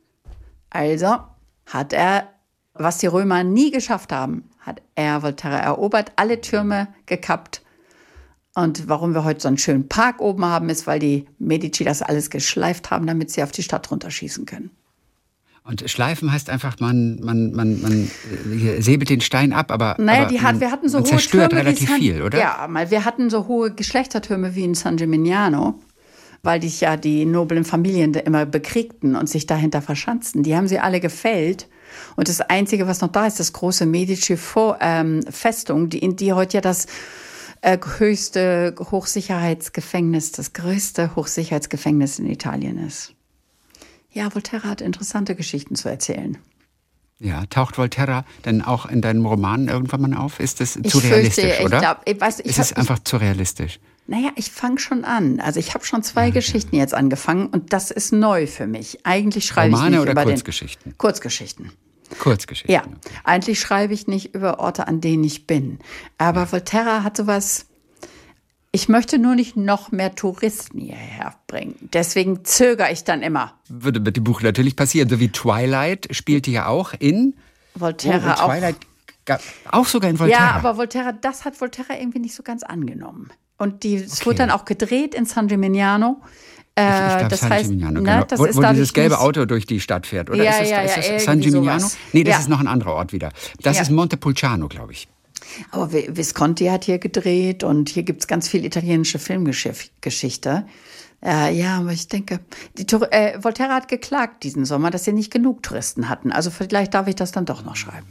Also hat er, was die Römer nie geschafft haben, hat er Volterra erobert, alle Türme gekappt. Und warum wir heute so einen schönen Park oben haben, ist, weil die Medici das alles geschleift haben, damit sie auf die Stadt runterschießen können. Und schleifen heißt einfach, man, man, man, man äh, säbelt den Stein ab, aber, Naja, aber die hat, man, wir hatten so man hohe zerstört Türme relativ wie San, viel, oder? Ja, mal, wir hatten so hohe Geschlechtertürme wie in San Gimignano, weil dich ja die noblen Familien da immer bekriegten und sich dahinter verschanzten. Die haben sie alle gefällt. Und das Einzige, was noch da ist, das große Medici-Festung, ähm, die, die heute ja das äh, höchste Hochsicherheitsgefängnis, das größte Hochsicherheitsgefängnis in Italien ist. Ja, Volterra hat interessante Geschichten zu erzählen. Ja, taucht Volterra denn auch in deinem Roman irgendwann mal auf? Ist das Ich zu realistisch, fürchte, ich oder? glaub, ich weiß, ich ist hab- es einfach zu realistisch? Naja, ich fange schon an. Also ich habe schon zwei Geschichten jetzt angefangen und das ist neu für mich. Eigentlich schreibe Romane ich nicht oder über Kurzgeschichten? den Kurzgeschichten. Kurzgeschichten. Ja, eigentlich schreibe ich nicht über Orte, an denen ich bin. Aber Volterra hat sowas. Ich möchte nur nicht noch mehr Touristen hierher bringen. Deswegen zögere ich dann immer. Würde mit dem Buch natürlich passieren. So wie Twilight spielte ja auch in Volterra oh, auch. Twilight gab, auch sogar in Volterra. Ja, aber Volterra, das hat Volterra irgendwie nicht so ganz angenommen. Und die, es Okay. wurde dann auch gedreht in San Gimignano. Äh, Ich glaub, das San heißt, Gimignano, ne, genau. das wo, ist wo dadurch dieses gelbe nicht- Auto durch die Stadt fährt, oder? Ja, ist das, ja, ist ja, das irgendwie San Gimignano? sowas. Nee, das Ja. ist noch ein anderer Ort wieder. Das Ja. ist Montepulciano, glaube ich. Aber Vi- Visconti hat hier gedreht und hier gibt es ganz viel italienische Filmgeschichte. Äh, ja, aber ich denke, die, Tour- äh, Volterra hat geklagt diesen Sommer, dass sie nicht genug Touristen hatten. Also vielleicht darf ich das dann doch noch schreiben.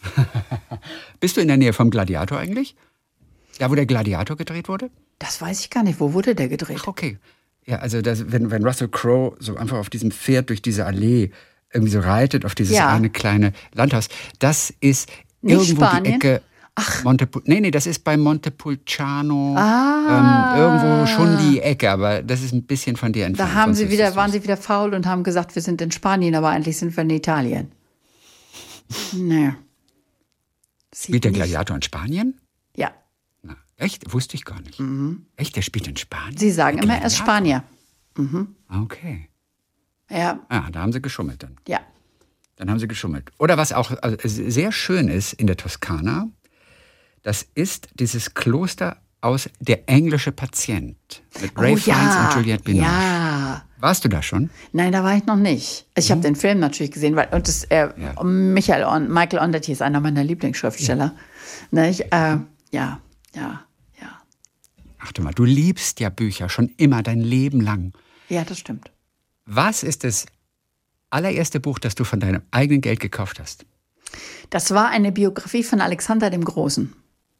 Bist du in der Nähe vom Gladiator eigentlich? Da, wo der Gladiator gedreht wurde? Das weiß ich gar nicht. Wo wurde der gedreht? Ach, okay. Ja, also das, wenn, wenn Russell Crowe so einfach auf diesem Pferd durch diese Allee irgendwie so reitet, auf dieses Ja. eine kleine Landhaus, das ist Nicht irgendwo Spanien? die Ecke. Ach. Montepul- nee, nee, das ist bei Montepulciano. Ah. Ähm, irgendwo schon die Ecke, aber das ist ein bisschen von dir entfernt. Da haben sie wieder, waren sie wieder faul und haben gesagt, wir sind in Spanien, aber eigentlich sind wir in Italien. Nee. Spielt der Gladiator in Spanien? Ja. Na, echt? Wusste ich gar nicht. Mhm. Echt, der spielt in Spanien? Sie sagen immer, er ist Spanier. Mhm. Okay. Ja. Ja, da haben sie geschummelt dann. Ja. Dann haben sie geschummelt. Oder was auch also, sehr schön ist in der Toskana, das ist dieses Kloster aus Der englische Patient mit Ray oh, Fiennes ja. und Juliette Binoche. Ja. Warst du da schon? Nein, da war ich noch nicht. Ich mhm. habe den Film natürlich gesehen, weil und das, äh, ja. Michael On, Michael Ondaatje ist einer meiner Lieblingsschriftsteller. Ja. Ne, ich, äh, ja, ja, ja. Achte mal, du liebst ja Bücher schon immer dein Leben lang. Ja, das stimmt. Was ist das allererste Buch, das du von deinem eigenen Geld gekauft hast? Das war eine Biografie von Alexander dem Großen.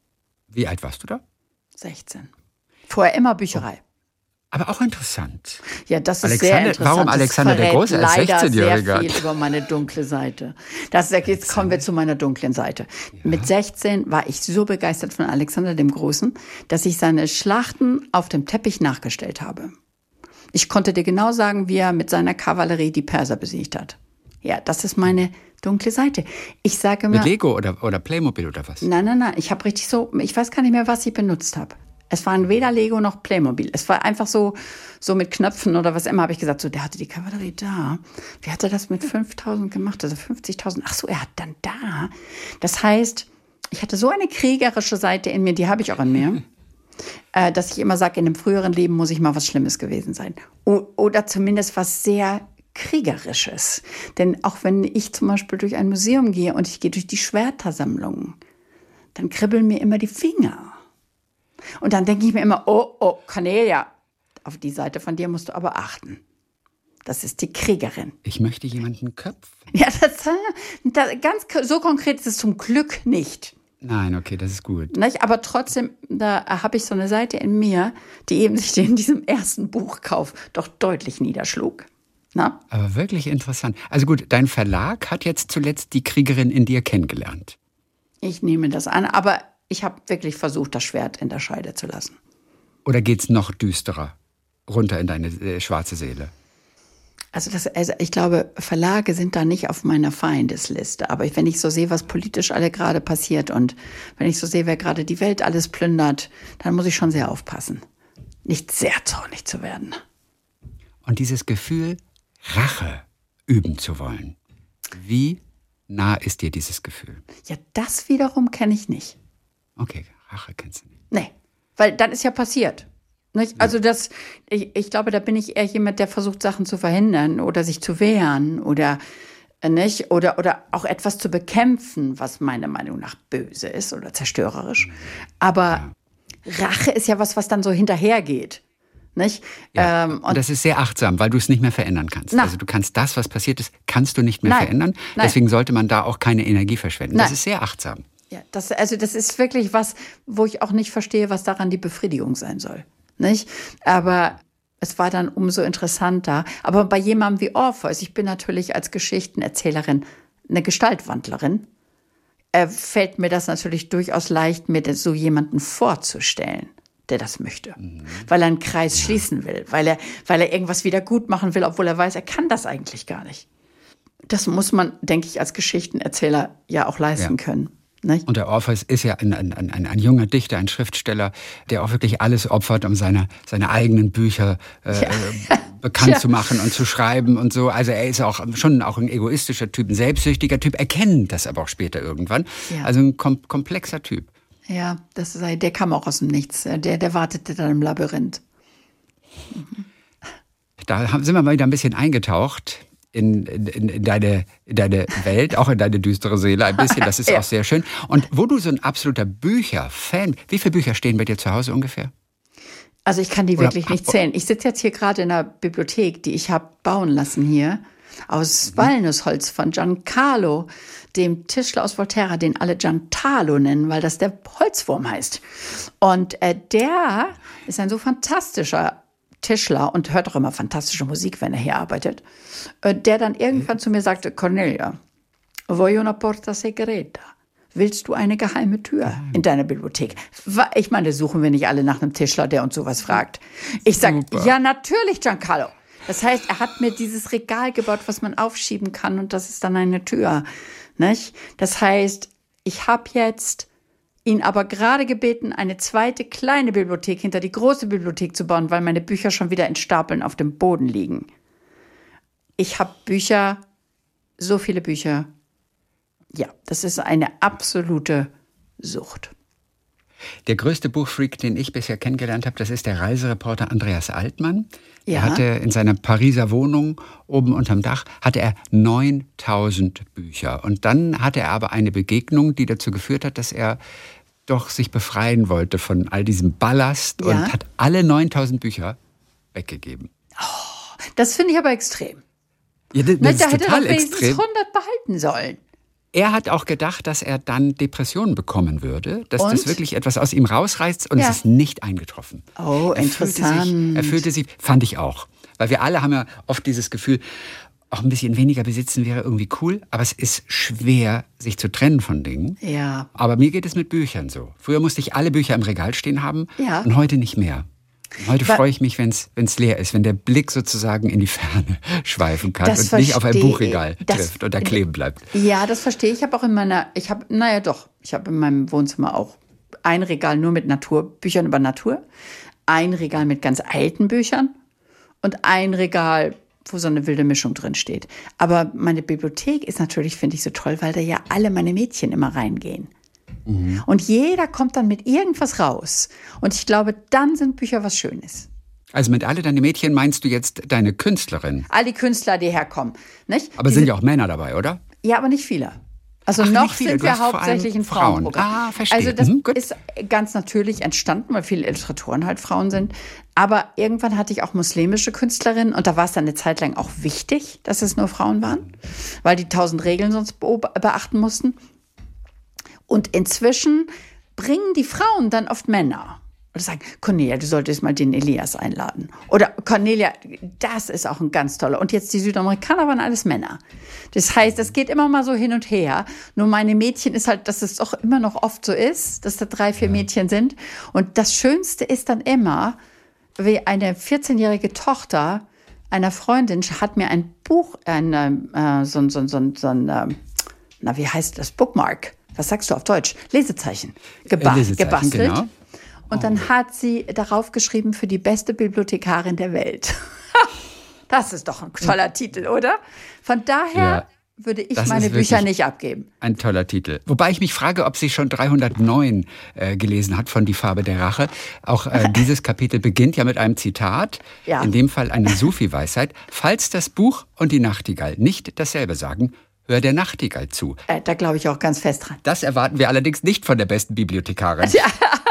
Wie alt warst du da? sechzehn. Vorher immer Bücherei. Oh. Aber auch interessant. Ja, das ist Alexander, sehr interessant. Warum Alexander der Große als sechzehnjähriger? Leider sehr viel über meine dunkle Seite. Das, jetzt kommen wir zu meiner dunklen Seite. Ja. Mit sechzehn war ich so begeistert von Alexander dem Großen, dass ich seine Schlachten auf dem Teppich nachgestellt habe. Ich konnte dir genau sagen, wie er mit seiner Kavallerie die Perser besiegt hat. Ja, das ist meine dunkle Seite. Ich sage immer... Mit Lego oder, oder Playmobil oder was? Nein, nein, nein. Ich habe richtig so... Ich weiß gar nicht mehr, was ich benutzt habe. Es waren weder Lego noch Playmobil. Es war einfach so, so mit Knöpfen oder was immer, habe ich gesagt, so, der hatte die Kavallerie da. Wie hat er das mit fünftausend gemacht? Also fünfzigtausend. Ach so, er hat dann da. Das heißt, ich hatte so eine kriegerische Seite in mir, die habe ich auch in mir, äh, dass ich immer sage, in einem früheren Leben muss ich mal was Schlimmes gewesen sein. O- oder zumindest was sehr Kriegerisches. Denn auch wenn ich zum Beispiel durch ein Museum gehe und ich gehe durch die Schwertersammlungen, dann kribbeln mir immer die Finger. Und dann denke ich mir immer, oh, oh, Cornelia, auf die Seite von dir musst du aber achten. Das ist die Kriegerin. Ich möchte jemanden köpfen. Ja, das, das ganz so konkret ist es zum Glück nicht. Nein, okay, das ist gut. Nicht? Aber trotzdem, da habe ich so eine Seite in mir, die eben sich in diesem ersten Buchkauf doch deutlich niederschlug. Na? Aber wirklich interessant. Also gut, dein Verlag hat jetzt zuletzt die Kriegerin in dir kennengelernt. Ich nehme das an, aber ich habe wirklich versucht, das Schwert in der Scheide zu lassen. Oder geht's noch düsterer runter in deine äh, schwarze Seele? Also, das, also ich glaube, Verlage sind da nicht auf meiner Feindesliste. Aber wenn ich so sehe, was politisch alle gerade passiert und wenn ich so sehe, wer gerade die Welt alles plündert, dann muss ich schon sehr aufpassen, nicht sehr zornig zu werden. Und dieses Gefühl, Rache üben zu wollen, wie nah ist dir dieses Gefühl? Ja, das wiederum kenne ich nicht. Okay, Rache kennst du nicht. Nee, weil dann ist ja passiert. Nicht? Also das, ich, ich glaube, da bin ich eher jemand, der versucht, Sachen zu verhindern oder sich zu wehren oder nicht oder oder auch etwas zu bekämpfen, was meiner Meinung nach böse ist oder zerstörerisch. Aber ja. Rache ist ja was, was dann so hinterhergeht. Nicht? Ja, ähm, und, und das ist sehr achtsam, weil du es nicht mehr verändern kannst. Na. Also du kannst das, was passiert ist, kannst du nicht mehr Nein. verändern. Nein. Deswegen sollte man da auch keine Energie verschwenden. Nein. Das ist sehr achtsam. Ja, das, also das ist wirklich was, wo ich auch nicht verstehe, was daran die Befriedigung sein soll. Nicht? Aber es war dann umso interessanter. Aber bei jemandem wie Orpheus, ich bin natürlich als Geschichtenerzählerin eine Gestaltwandlerin, äh, fällt mir das natürlich durchaus leicht, mir so jemanden vorzustellen, der das möchte. Mhm. Weil er einen Kreis ja. schließen will, weil er, weil er irgendwas wieder gut machen will, obwohl er weiß, er kann das eigentlich gar nicht. Das muss man, denke ich, als Geschichtenerzähler ja auch leisten ja. können. Nicht? Und der Orpheus ist ja ein, ein, ein, ein junger Dichter, ein Schriftsteller, der auch wirklich alles opfert, um seine, seine eigenen Bücher äh, ja. bekannt ja. zu machen und zu schreiben und so. Also er ist auch schon auch ein egoistischer Typ, ein selbstsüchtiger Typ. Er kennt das aber auch später irgendwann. Ja. Also ein kom- komplexer Typ. Ja, das ist, der kam auch aus dem Nichts. Der, der wartete dann im Labyrinth. Mhm. Da sind wir mal wieder ein bisschen eingetaucht. In, in, in, deine, in deine Welt, auch in deine düstere Seele ein bisschen, das ist ja. auch sehr schön. Und wo du so ein absoluter Bücherfan, wie viele Bücher stehen bei dir zu Hause ungefähr? Also ich kann die Oder, wirklich nicht zählen. Ich sitze jetzt hier gerade in einer Bibliothek, die ich habe bauen lassen hier, aus mhm. Walnussholz von Giancarlo, dem Tischler aus Volterra, den alle Giancarlo nennen, weil das der Holzwurm heißt. Und äh, der ist ein so fantastischer Tischler und hört auch immer fantastische Musik, wenn er hier arbeitet, der dann irgendwann zu mir sagte, Cornelia, voglio una porta segreta. Willst du eine geheime Tür in deiner Bibliothek? Ich meine, suchen wir nicht alle nach einem Tischler, der uns sowas fragt. Ich sage, ja, natürlich, Giancarlo. Das heißt, er hat mir dieses Regal gebaut, was man aufschieben kann und das ist dann eine Tür. Nicht? Das heißt, ich habe jetzt ihn aber gerade gebeten, eine zweite kleine Bibliothek hinter die große Bibliothek zu bauen, weil meine Bücher schon wieder in Stapeln auf dem Boden liegen. Ich habe Bücher, so viele Bücher. Ja, das ist eine absolute Sucht. Der größte Buchfreak, den ich bisher kennengelernt habe, das ist der Reisereporter Andreas Altmann. Ja. Er hatte in seiner Pariser Wohnung oben unterm Dach hatte er neuntausend Bücher. Und dann hatte er aber eine Begegnung, die dazu geführt hat, dass er doch sich befreien wollte von all diesem Ballast, ja, und hat alle neuntausend Bücher weggegeben. Oh, das finde ich aber extrem. Ja, das, das Na, ist da hätte total er wenigstens extrem. hundert behalten sollen. Er hat auch gedacht, dass er dann Depressionen bekommen würde, dass und? das wirklich etwas aus ihm rausreißt, und ja, es ist nicht eingetroffen. Oh, er interessant. Fühlte sich, er fühlte sich, fand ich auch, weil wir alle haben ja oft dieses Gefühl, auch ein bisschen weniger besitzen wäre irgendwie cool, aber es ist schwer, sich zu trennen von Dingen. Ja. Aber mir geht es mit Büchern so. Früher musste ich alle Bücher im Regal stehen haben, ja, und heute nicht mehr. Heute Weil, freue ich mich, wenn es leer ist, wenn der Blick sozusagen in die Ferne schweifen kann und nicht auf ein Buchregal das, trifft und da kleben bleibt. Ja, das verstehe ich. Ich habe auch in meiner, ich habe, naja doch, ich habe in meinem Wohnzimmer auch ein Regal nur mit Natur, Büchern über Natur, ein Regal mit ganz alten Büchern und ein Regal, wo so eine wilde Mischung drin steht. Aber meine Bibliothek ist natürlich, finde ich, so toll, weil da ja alle meine Mädchen immer reingehen. Mhm. Und jeder kommt dann mit irgendwas raus. Und ich glaube, dann sind Bücher was Schönes. Also mit alle deine Mädchen meinst du jetzt deine Künstlerin? All die Künstler, die herkommen. Nicht? Aber die sind ja auch Männer dabei, oder? Ja, aber nicht viele. Also Ach, noch viele. sind wir hauptsächlich ein Frauenprogramm. Ah, verstehe. Also das mhm, ist ganz natürlich entstanden, weil viele Illustratoren halt Frauen sind. Aber irgendwann hatte ich auch muslimische Künstlerinnen und da war es dann eine Zeit lang auch wichtig, dass es nur Frauen waren, weil die tausend Regeln sonst beachten mussten. Und inzwischen bringen die Frauen dann oft Männer. Oder sagen, Cornelia, du solltest mal den Elias einladen. Oder Cornelia, das ist auch ein ganz toller. Und jetzt die Südamerikaner waren alles Männer. Das heißt, es geht immer mal so hin und her. Nur meine Mädchen ist halt, dass es auch immer noch oft so ist, dass da drei, vier Mädchen sind. Und das Schönste ist dann immer, wie eine vierzehnjährige Tochter einer Freundin hat mir ein Buch, ein, äh, so ein, so ein, so ein, so ein äh, na, wie heißt das, Bookmark, was sagst du auf Deutsch? Lesezeichen, geba- Lesezeichen gebastelt. Genau. Und dann hat sie darauf geschrieben, für die beste Bibliothekarin der Welt. Das ist doch ein toller Titel, oder? Von daher ja, würde ich meine Bücher nicht abgeben. Ein toller Titel. Wobei ich mich frage, ob sie schon dreihundertneun äh, gelesen hat von Die Farbe der Rache. Auch äh, dieses Kapitel beginnt ja mit einem Zitat, ja, in dem Fall eine Sufi-Weisheit. Falls das Buch und die Nachtigall nicht dasselbe sagen, hör der Nachtigall zu. Äh, da glaube ich auch ganz fest dran. Das erwarten wir allerdings nicht von der besten Bibliothekarin. Ja.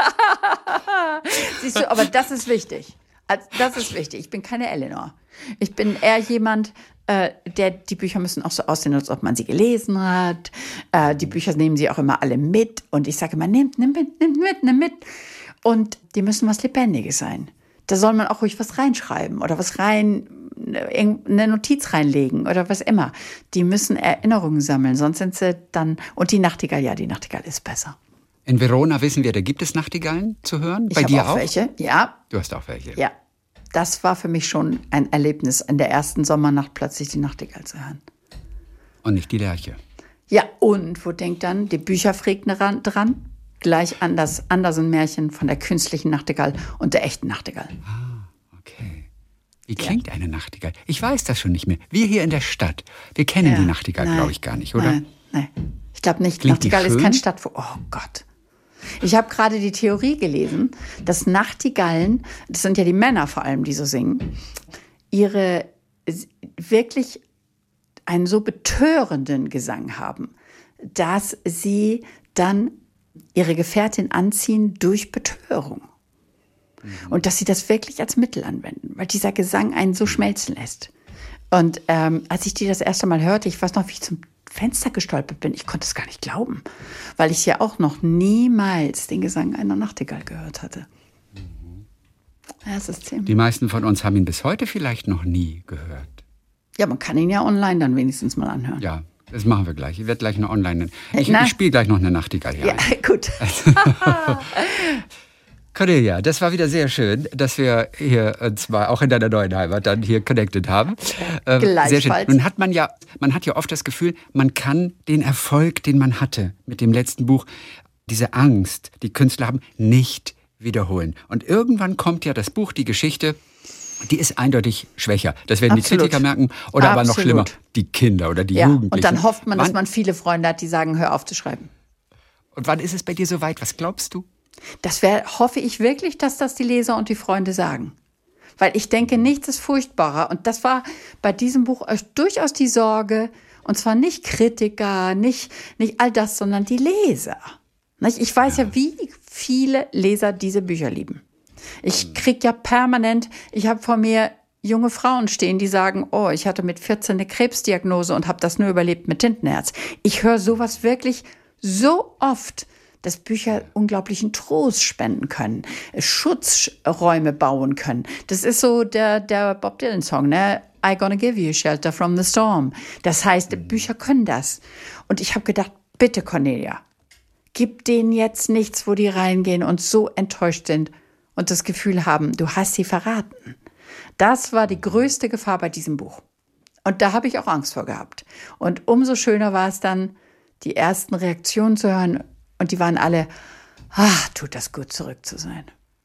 Siehst du, aber das ist wichtig. Das ist wichtig. Ich bin keine Eleanor. Ich bin eher jemand, äh, der, die Bücher müssen auch so aussehen, als ob man sie gelesen hat. Äh, die Bücher nehmen sie auch immer alle mit. Und ich sage immer, nehmt, nehmt mit, nehmt mit, nehmt mit. Und die müssen was Lebendiges sein. Da soll man auch ruhig was reinschreiben oder was rein, eine Notiz reinlegen oder was immer. Die müssen Erinnerungen sammeln, sonst sind sie dann, und die Nachtigall, ja, die Nachtigall ist besser. In Verona wissen wir, da gibt es Nachtigallen zu hören. Bei ich dir auch? auch welche, ja. Du hast auch welche. Ja, das war für mich schon ein Erlebnis, in der ersten Sommernacht plötzlich die Nachtigall zu hören. Und nicht die Lerche. Ja, und wo denkt dann die Bücherfreak dran? Gleich an das Andersen-Märchen von der künstlichen Nachtigall und der echten Nachtigall. Ah, okay. Wie klingt ja. eine Nachtigall? Ich weiß das schon nicht mehr. Wir hier in der Stadt, wir kennen ja. die Nachtigall, glaube ich, gar nicht, oder? Nein, nein. Ich glaube nicht. Klingt Nachtigall die ist schön? kein Stadtvogel. Oh Gott. Ich habe gerade die Theorie gelesen, dass Nachtigallen, das sind ja die Männer vor allem, die so singen, ihre wirklich einen so betörenden Gesang haben, dass sie dann ihre Gefährtin anziehen durch Betörung. Mhm. Und dass sie das wirklich als Mittel anwenden, weil dieser Gesang einen so schmelzen lässt. Und ähm, als ich die das erste Mal hörte, ich weiß noch, wie ich zum Fenster gestolpert bin, ich konnte es gar nicht glauben, weil ich ja auch noch niemals den Gesang einer Nachtigall gehört hatte. Mhm. Ja, das ist ziemlich. Die meisten von uns haben ihn bis heute vielleicht noch nie gehört. Ja, man kann ihn ja online dann wenigstens mal anhören. Ja, Das machen wir gleich. Ich werde gleich noch online. Ich, ich spiele gleich noch eine Nachtigall hier. Ja, ein. gut. Cornelia, das war wieder sehr schön, dass wir hier uns mal auch in deiner neuen Heimat dann hier connected haben. Ähm, sehr schön. Nun hat man ja, man hat ja oft das Gefühl, man kann den Erfolg, den man hatte mit dem letzten Buch, diese Angst, die Künstler haben, nicht wiederholen. Und irgendwann kommt ja das Buch, die Geschichte, die ist eindeutig schwächer. Das werden Absolut. Die Kritiker merken. Oder Absolut. Aber noch schlimmer, die Kinder oder die ja. Jugendlichen. Und dann hofft man, wann, dass man viele Freunde hat, die sagen, hör auf zu schreiben. Und wann ist es bei dir soweit? Was glaubst du? Das wär, hoffe ich wirklich, dass das die Leser und die Freunde sagen. Weil ich denke, nichts ist furchtbarer. Und das war bei diesem Buch durchaus die Sorge. Und zwar nicht Kritiker, nicht, nicht all das, sondern die Leser. Ich weiß ja, ja wie viele Leser diese Bücher lieben. Ich kriege ja permanent, ich habe vor mir junge Frauen stehen, die sagen, oh, ich hatte mit vierzehn eine Krebsdiagnose und habe das nur überlebt mit Tintenherz. Ich höre sowas wirklich so oft, dass Bücher unglaublichen Trost spenden können, Schutzräume bauen können. Das ist so der, der Bob Dylan-Song, ne? I gonna give you shelter from the storm. Das heißt, Bücher können das. Und ich habe gedacht, bitte Cornelia, gib denen jetzt nichts, wo die reingehen und so enttäuscht sind und das Gefühl haben, du hast sie verraten. Das war die größte Gefahr bei diesem Buch. Und da habe ich auch Angst vor gehabt. Und umso schöner war es dann, die ersten Reaktionen zu hören. Und die waren alle, ach, tut das gut, zurück zu sein.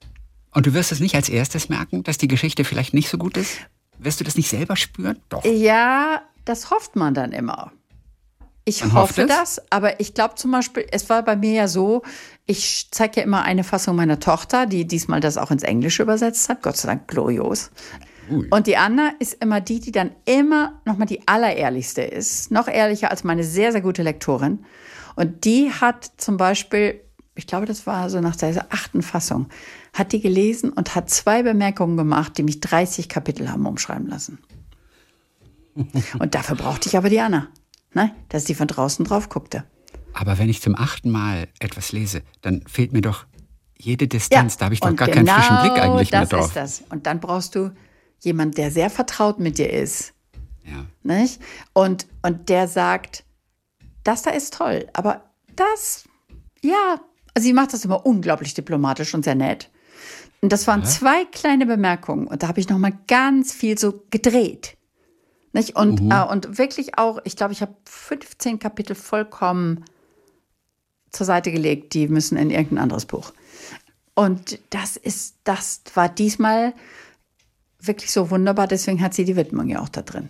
Und du wirst es nicht als erstes merken, dass die Geschichte vielleicht nicht so gut ist? Wirst du das nicht selber spüren? Doch. Ja, das hofft man dann immer. Ich Man hoffe das, aber ich glaube zum Beispiel, es war bei mir ja so, ich zeige ja immer eine Fassung meiner Tochter, die diesmal das auch ins Englische übersetzt hat, Gott sei Dank glorios. Ui. Und die Anna ist immer die, die dann immer nochmal die allerehrlichste ist, noch ehrlicher als meine sehr, sehr gute Lektorin. Und die hat zum Beispiel, ich glaube, das war so nach der achten Fassung, hat die gelesen und hat zwei Bemerkungen gemacht, die mich dreißig Kapitel haben umschreiben lassen. Und dafür brauchte ich aber die Anna. Ne, dass die von draußen drauf guckte. Aber wenn ich zum achten Mal etwas lese, dann fehlt mir doch jede Distanz. Ja, da habe ich doch gar genau keinen frischen Blick eigentlich mehr drauf. Das ist das. Und dann brauchst du jemanden, der sehr vertraut mit dir ist. Ja. Nicht? Und, und der sagt, das da ist toll, aber das, ja, also sie macht das immer unglaublich diplomatisch und sehr nett. Und das waren ja. zwei kleine Bemerkungen. Und da habe ich noch mal ganz viel so gedreht. Nicht? Und, mhm. äh, und wirklich auch, ich glaube, ich habe fünfzehn Kapitel vollkommen zur Seite gelegt, die müssen in irgendein anderes Buch. Und das ist, das war diesmal wirklich so wunderbar, deswegen hat sie die Widmung ja auch da drin.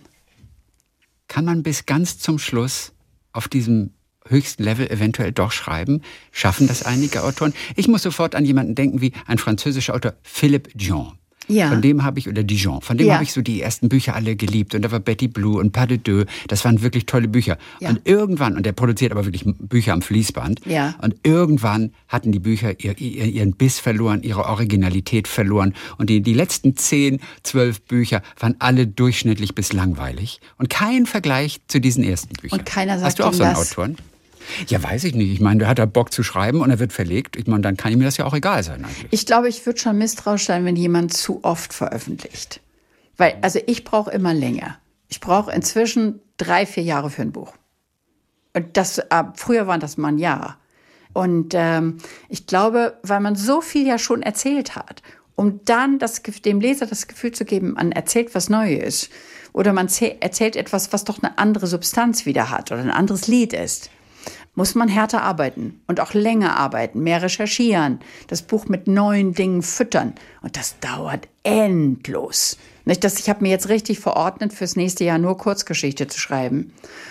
Kann man bis ganz zum Schluss auf diesem höchsten Level eventuell doch schreiben? Schaffen das einige Autoren? Ich muss sofort an jemanden denken wie ein französischer Autor, Philippe Dion. Ja. Von dem habe ich, oder Dijon, von dem ja. habe ich so die ersten Bücher alle geliebt. Und da war Betty Blue und Pas de Deux. Das waren wirklich tolle Bücher. Ja. Und irgendwann, und der produziert aber wirklich Bücher am Fließband. Ja. Und irgendwann hatten die Bücher ihr, ihr, ihren Biss verloren, ihre Originalität verloren. Und die, die letzten zehn, zwölf Bücher waren alle durchschnittlich bis langweilig. Und kein Vergleich zu diesen ersten Büchern. Und keiner sagt Hast du auch so einen das? Autoren? Ja, weiß ich nicht. Ich meine, der hat da Bock zu schreiben und er wird verlegt. Ich meine, dann kann ihm das ja auch egal sein eigentlich. Ich glaube, ich würde schon misstrauisch sein, wenn jemand zu oft veröffentlicht. Weil, also ich brauche immer länger. Ich brauche inzwischen drei, vier Jahre für ein Buch. Und das, äh, früher waren das mal ein Jahr. Und ähm, ich glaube, weil man so viel ja schon erzählt hat, um dann das, dem Leser das Gefühl zu geben, man erzählt was Neues. Oder man erzählt etwas, was doch eine andere Substanz wieder hat oder ein anderes Lied ist. Muss man härter arbeiten und auch länger arbeiten, mehr recherchieren, das Buch mit neuen Dingen füttern. Und das dauert endlos. Nicht, dass ich habe mir jetzt richtig verordnet, fürs nächste Jahr nur Kurzgeschichte zu schreiben,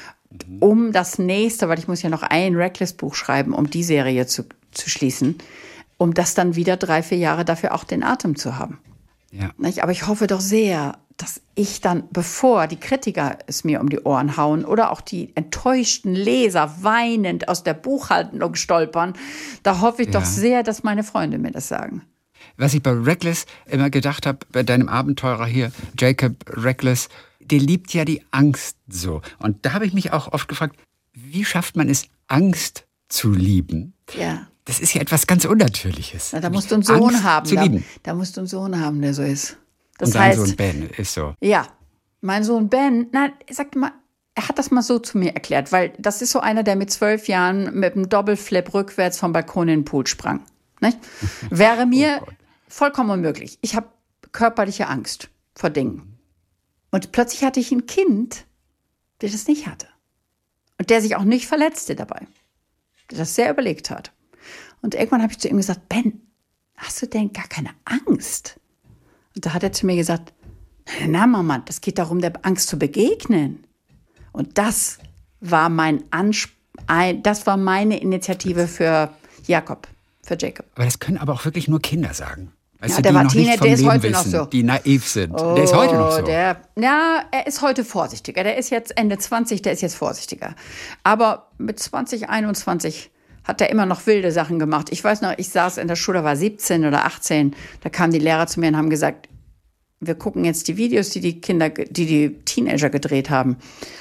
um das nächste, weil ich muss ja noch ein Reckless-Buch schreiben, um die Serie zu, zu schließen, um das dann wieder drei, vier Jahre dafür auch den Atem zu haben. Ja. Nicht? Aber ich hoffe doch sehr, dass ich dann, bevor die Kritiker es mir um die Ohren hauen oder auch die enttäuschten Leser weinend aus der Buchhandlung stolpern, da hoffe ich ja. doch sehr, dass meine Freunde mir das sagen. Was ich bei Reckless immer gedacht habe, bei deinem Abenteurer hier, Jacob Reckless, der liebt ja die Angst so. Und da habe ich mich auch oft gefragt, wie schafft man es, Angst zu lieben? Ja. Das ist ja etwas ganz Unnatürliches. Na, da musst du einen Sohn Angst haben. Zu da, lieben. da musst du einen Sohn haben, der so ist. Das Und dein heißt, Sohn Ben ist so. Ja, mein Sohn Ben, na, sagt mal, er hat das mal so zu mir erklärt, weil das ist so einer, der mit zwölf Jahren mit einem Doppelflip rückwärts vom Balkon in den Pool sprang. Nicht? Wäre mir oh vollkommen unmöglich. Ich habe körperliche Angst vor Dingen. Und plötzlich hatte ich ein Kind, der das nicht hatte. Und der sich auch nicht verletzte dabei. Der das sehr überlegt hat. Und irgendwann habe ich zu ihm gesagt, Ben, hast du denn gar keine Angst? Und da hat er zu mir gesagt, na Mama, das geht darum, der Angst zu begegnen. Und das war mein Ansp- das war meine Initiative für Jakob, für Jacob. Aber das können aber auch wirklich nur Kinder sagen. Weißt Ja, du, der die war noch nicht Teenager, vom der ist Leben heute noch wissen, so. die naiv sind. Oh, der ist heute noch so. Der, ja, er ist heute vorsichtiger. Der ist jetzt Ende zwanzig, der ist jetzt vorsichtiger. Aber mit zwanzig, einundzwanzig hat er immer noch wilde Sachen gemacht. Ich weiß noch, ich saß in der Schule, war siebzehn oder achtzehn. Da kamen die Lehrer zu mir und haben gesagt, wir gucken jetzt die Videos, die die Kinder, die die Teenager gedreht haben.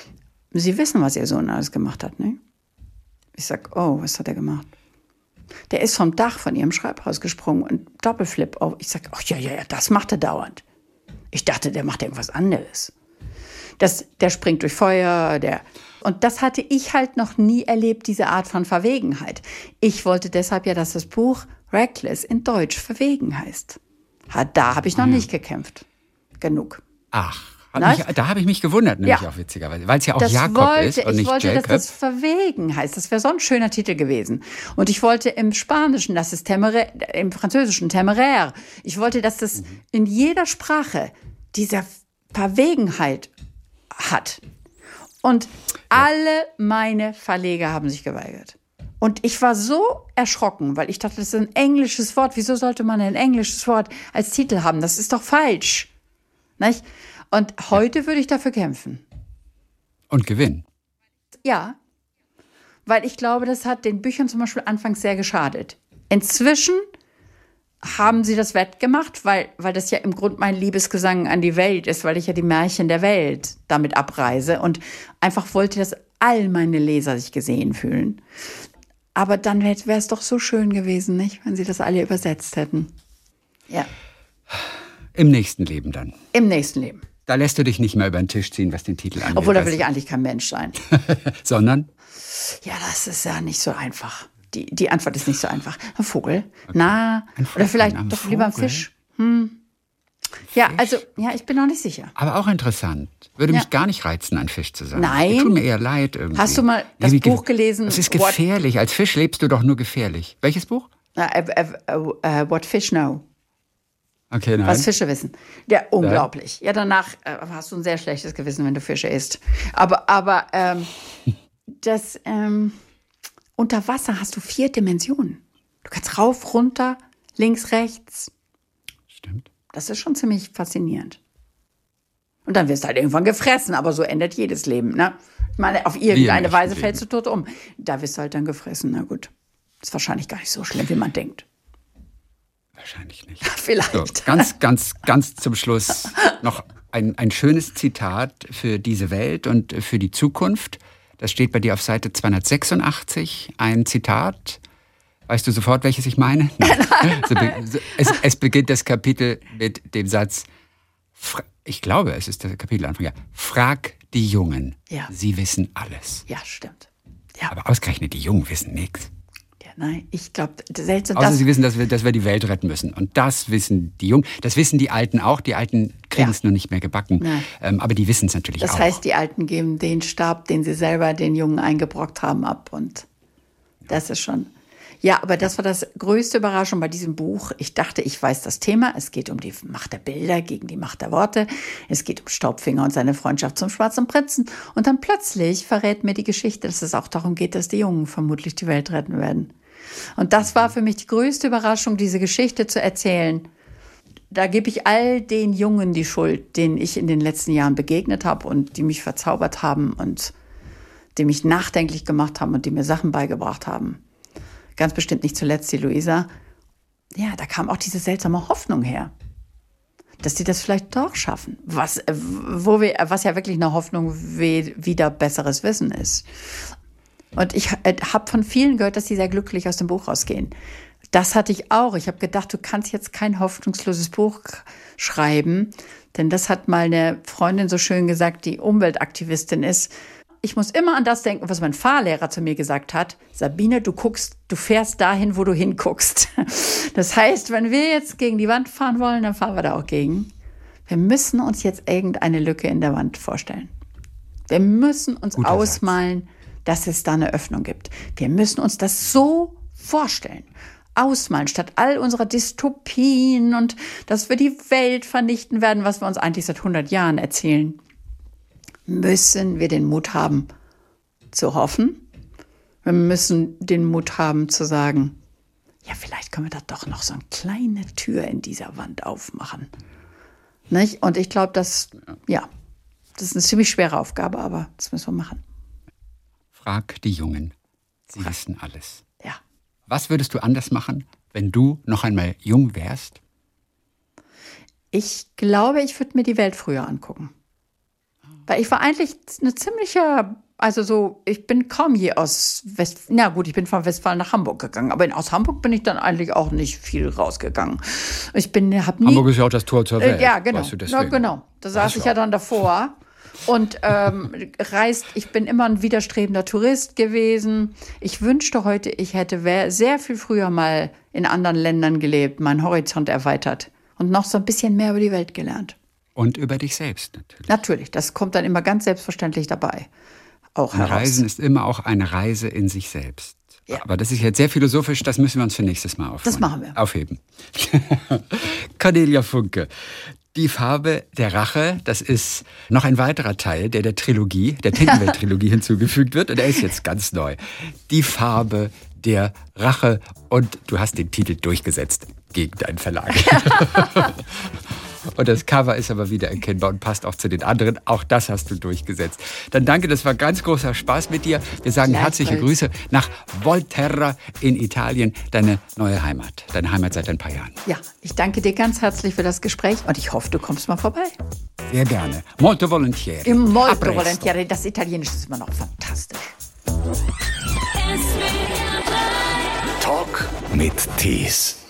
Sie wissen, was ihr Sohn alles gemacht hat, ne? Ich sag, oh, was hat er gemacht? Der ist vom Dach von ihrem Schreibhaus gesprungen und Doppelflip. Oh, ich sag, ach ja, ja, ja, das macht er dauernd. Ich dachte, der macht irgendwas anderes. Das, der springt durch Feuer, der. Und das hatte ich halt noch nie erlebt, diese Art von Verwegenheit. Ich wollte deshalb ja, dass das Buch Reckless in Deutsch verwegen heißt. Da habe ich noch ja. nicht gekämpft. Genug. Ach. Mich, da habe ich mich gewundert, nämlich ja. auch witzigerweise, weil es ja auch das Jakob wollte, ist und nicht Ich wollte, Jacob. dass das verwegen heißt. Das wäre so ein schöner Titel gewesen. Und ich wollte im Spanischen, das ist Temeraire, im Französischen Temeraire. Ich wollte, dass das mhm. in jeder Sprache diese Verwegenheit hat. Und ja. alle meine Verleger haben sich geweigert. Und ich war so erschrocken, weil ich dachte, das ist ein englisches Wort. Wieso sollte man ein englisches Wort als Titel haben? Das ist doch falsch. Nicht? Und heute ja. würde ich dafür kämpfen. Und gewinnen. Ja, weil ich glaube, das hat den Büchern zum Beispiel anfangs sehr geschadet. Inzwischen haben sie das wettgemacht, weil, weil das ja im Grunde mein Liebesgesang an die Welt ist, weil ich ja die Märchen der Welt damit abreise und einfach wollte, dass all meine Leser sich gesehen fühlen. Aber dann wäre es doch so schön gewesen, nicht, wenn sie das alle übersetzt hätten. Ja. Im nächsten Leben dann. Im nächsten Leben. Da lässt du dich nicht mehr über den Tisch ziehen, was den Titel angeht. Obwohl, da will ich eigentlich kein Mensch sein. Sondern? Ja, das ist ja nicht so einfach. Die, die Antwort ist nicht so einfach. Ein Vogel? Okay. Na, ein oder vielleicht doch Vogel? Lieber ein Fisch? Hm. Ja, Fisch? also, ja, ich bin noch nicht sicher. Aber auch interessant. Würde ja. mich gar nicht reizen, ein Fisch zu sein. Nein. Tut mir eher leid irgendwie. Hast du mal das nee, Buch gelesen? Das ist gefährlich. What? Als Fisch lebst du doch nur gefährlich. Welches Buch? Uh, uh, uh, uh, What Fish Know. Okay, nein. Was Fische wissen. Ja, unglaublich. Ja, danach äh, hast du ein sehr schlechtes Gewissen, wenn du Fische isst. Aber, aber ähm, das ähm, unter Wasser hast du vier Dimensionen. Du kannst rauf, runter, links, rechts. Stimmt. Das ist schon ziemlich faszinierend. Und dann wirst du halt irgendwann gefressen, aber so endet jedes Leben, ne? Ich meine, auf irgendeine Weise fällst du tot um. Da wirst du halt dann gefressen, na gut. Ist wahrscheinlich gar nicht so schlimm, wie man denkt. Wahrscheinlich nicht. Vielleicht. So, ganz, ganz, ganz zum Schluss noch ein, ein schönes Zitat für diese Welt und für die Zukunft. Das steht bei dir auf Seite zweihundertsechsundachtzig. Ein Zitat. Weißt du sofort, welches ich meine? so, es, es beginnt das Kapitel mit dem Satz, ich glaube, es ist der Kapitelanfang, ja. Frag die Jungen. Ja. Sie wissen alles. Ja, stimmt. Ja. Aber ausgerechnet die Jungen wissen nichts. Nein, ich glaube, seltsam. Außer sie wissen, dass wir, dass wir die Welt retten müssen. Und das wissen die Jungen. Das wissen die Alten auch. Die Alten kriegen es ja. nur nicht mehr gebacken. Ähm, aber die wissen es natürlich das auch. Das heißt, die Alten geben den Stab, den sie selber den Jungen eingebrockt haben, ab. Und das ist schon... Ja, aber das war das größte Überraschung bei diesem Buch. Ich dachte, ich weiß das Thema. Es geht um die Macht der Bilder gegen die Macht der Worte. Es geht um Staubfinger und seine Freundschaft zum Schwarzen Prinzen. Und dann plötzlich verrät mir die Geschichte, dass es auch darum geht, dass die Jungen vermutlich die Welt retten werden. Und das war für mich die größte Überraschung, diese Geschichte zu erzählen. Da gebe ich all den Jungen die Schuld, denen ich in den letzten Jahren begegnet habe und die mich verzaubert haben und die mich nachdenklich gemacht haben und die mir Sachen beigebracht haben. Ganz bestimmt nicht zuletzt die Luisa. Ja, da kam auch diese seltsame Hoffnung her, dass die das vielleicht doch schaffen. Was, wo wir, was ja wirklich eine Hoffnung wie, wieder besseres Wissen ist. Und ich äh, habe von vielen gehört, dass sie sehr glücklich aus dem Buch rausgehen. Das hatte ich auch. Ich habe gedacht, du kannst jetzt kein hoffnungsloses Buch schreiben. Denn das hat mal eine Freundin so schön gesagt, die Umweltaktivistin ist. ich muss immer an das denken, was mein Fahrlehrer zu mir gesagt hat. Sabine, du guckst, du fährst dahin, wo du hinguckst. Das heißt, wenn wir jetzt gegen die Wand fahren wollen, dann fahren wir da auch gegen. Wir müssen uns jetzt irgendeine Lücke in der Wand vorstellen. Wir müssen uns Guter ausmalen, Satz. Dass es da eine Öffnung gibt. Wir müssen uns das so vorstellen. Ausmalen, statt all unserer Dystopien und dass wir die Welt vernichten werden, was wir uns eigentlich seit hundert Jahren erzählen, müssen wir den Mut haben zu hoffen. Wir müssen den Mut haben zu sagen, ja, vielleicht können wir da doch noch so eine kleine Tür in dieser Wand aufmachen. Nicht? Und ich glaube, dass, ja, das ist eine ziemlich schwere Aufgabe, aber das müssen wir machen. Frag die Jungen. Sie Frag. wissen alles. Ja. Was würdest du anders machen, wenn du noch einmal jung wärst? Ich glaube, ich würde mir die Welt früher angucken. Weil ich war eigentlich eine ziemliche, also so, ich bin kaum je aus West, na gut, ich bin von Westfalen nach Hamburg gegangen, aber aus Hamburg bin ich dann eigentlich auch nicht viel rausgegangen. Ich bin, hab nie, Hamburg ist ja auch das Tor zur Welt. Äh, ja, genau. Weißt du, ja, genau. Da saß ich ja dann davor. Und ähm, reist, ich bin immer ein widerstrebender Tourist gewesen. Ich wünschte heute, ich hätte sehr viel früher mal in anderen Ländern gelebt, meinen Horizont erweitert und noch so ein bisschen mehr über die Welt gelernt. Und über dich selbst natürlich. Natürlich, das kommt dann immer ganz selbstverständlich dabei. Auch heraus. Reisen ist immer auch eine Reise in sich selbst. Ja. Aber das ist jetzt sehr philosophisch, das müssen wir uns für nächstes Mal aufheben. Das machen wir. Aufheben. Cornelia Funke. Die Farbe der Rache, das ist noch ein weiterer Teil, der der Trilogie, der Tintenwelt-Trilogie hinzugefügt wird. Und er ist jetzt ganz neu. Die Farbe der Rache. Und du hast den Titel durchgesetzt gegen deinen Verlag. Und das Cover ist aber wieder erkennbar und passt auch zu den anderen. Auch das hast du durchgesetzt. Dann danke, das war ganz großer Spaß mit dir. Wir sagen herzliche Grüße nach Volterra in Italien, deine neue Heimat. Deine Heimat seit ein paar Jahren. Ja, ich danke dir ganz herzlich für das Gespräch und ich hoffe, du kommst mal vorbei. Sehr gerne. Molto volentieri. Im Molto volentieri. Das Italienische ist immer noch fantastisch. Talk mit Tees.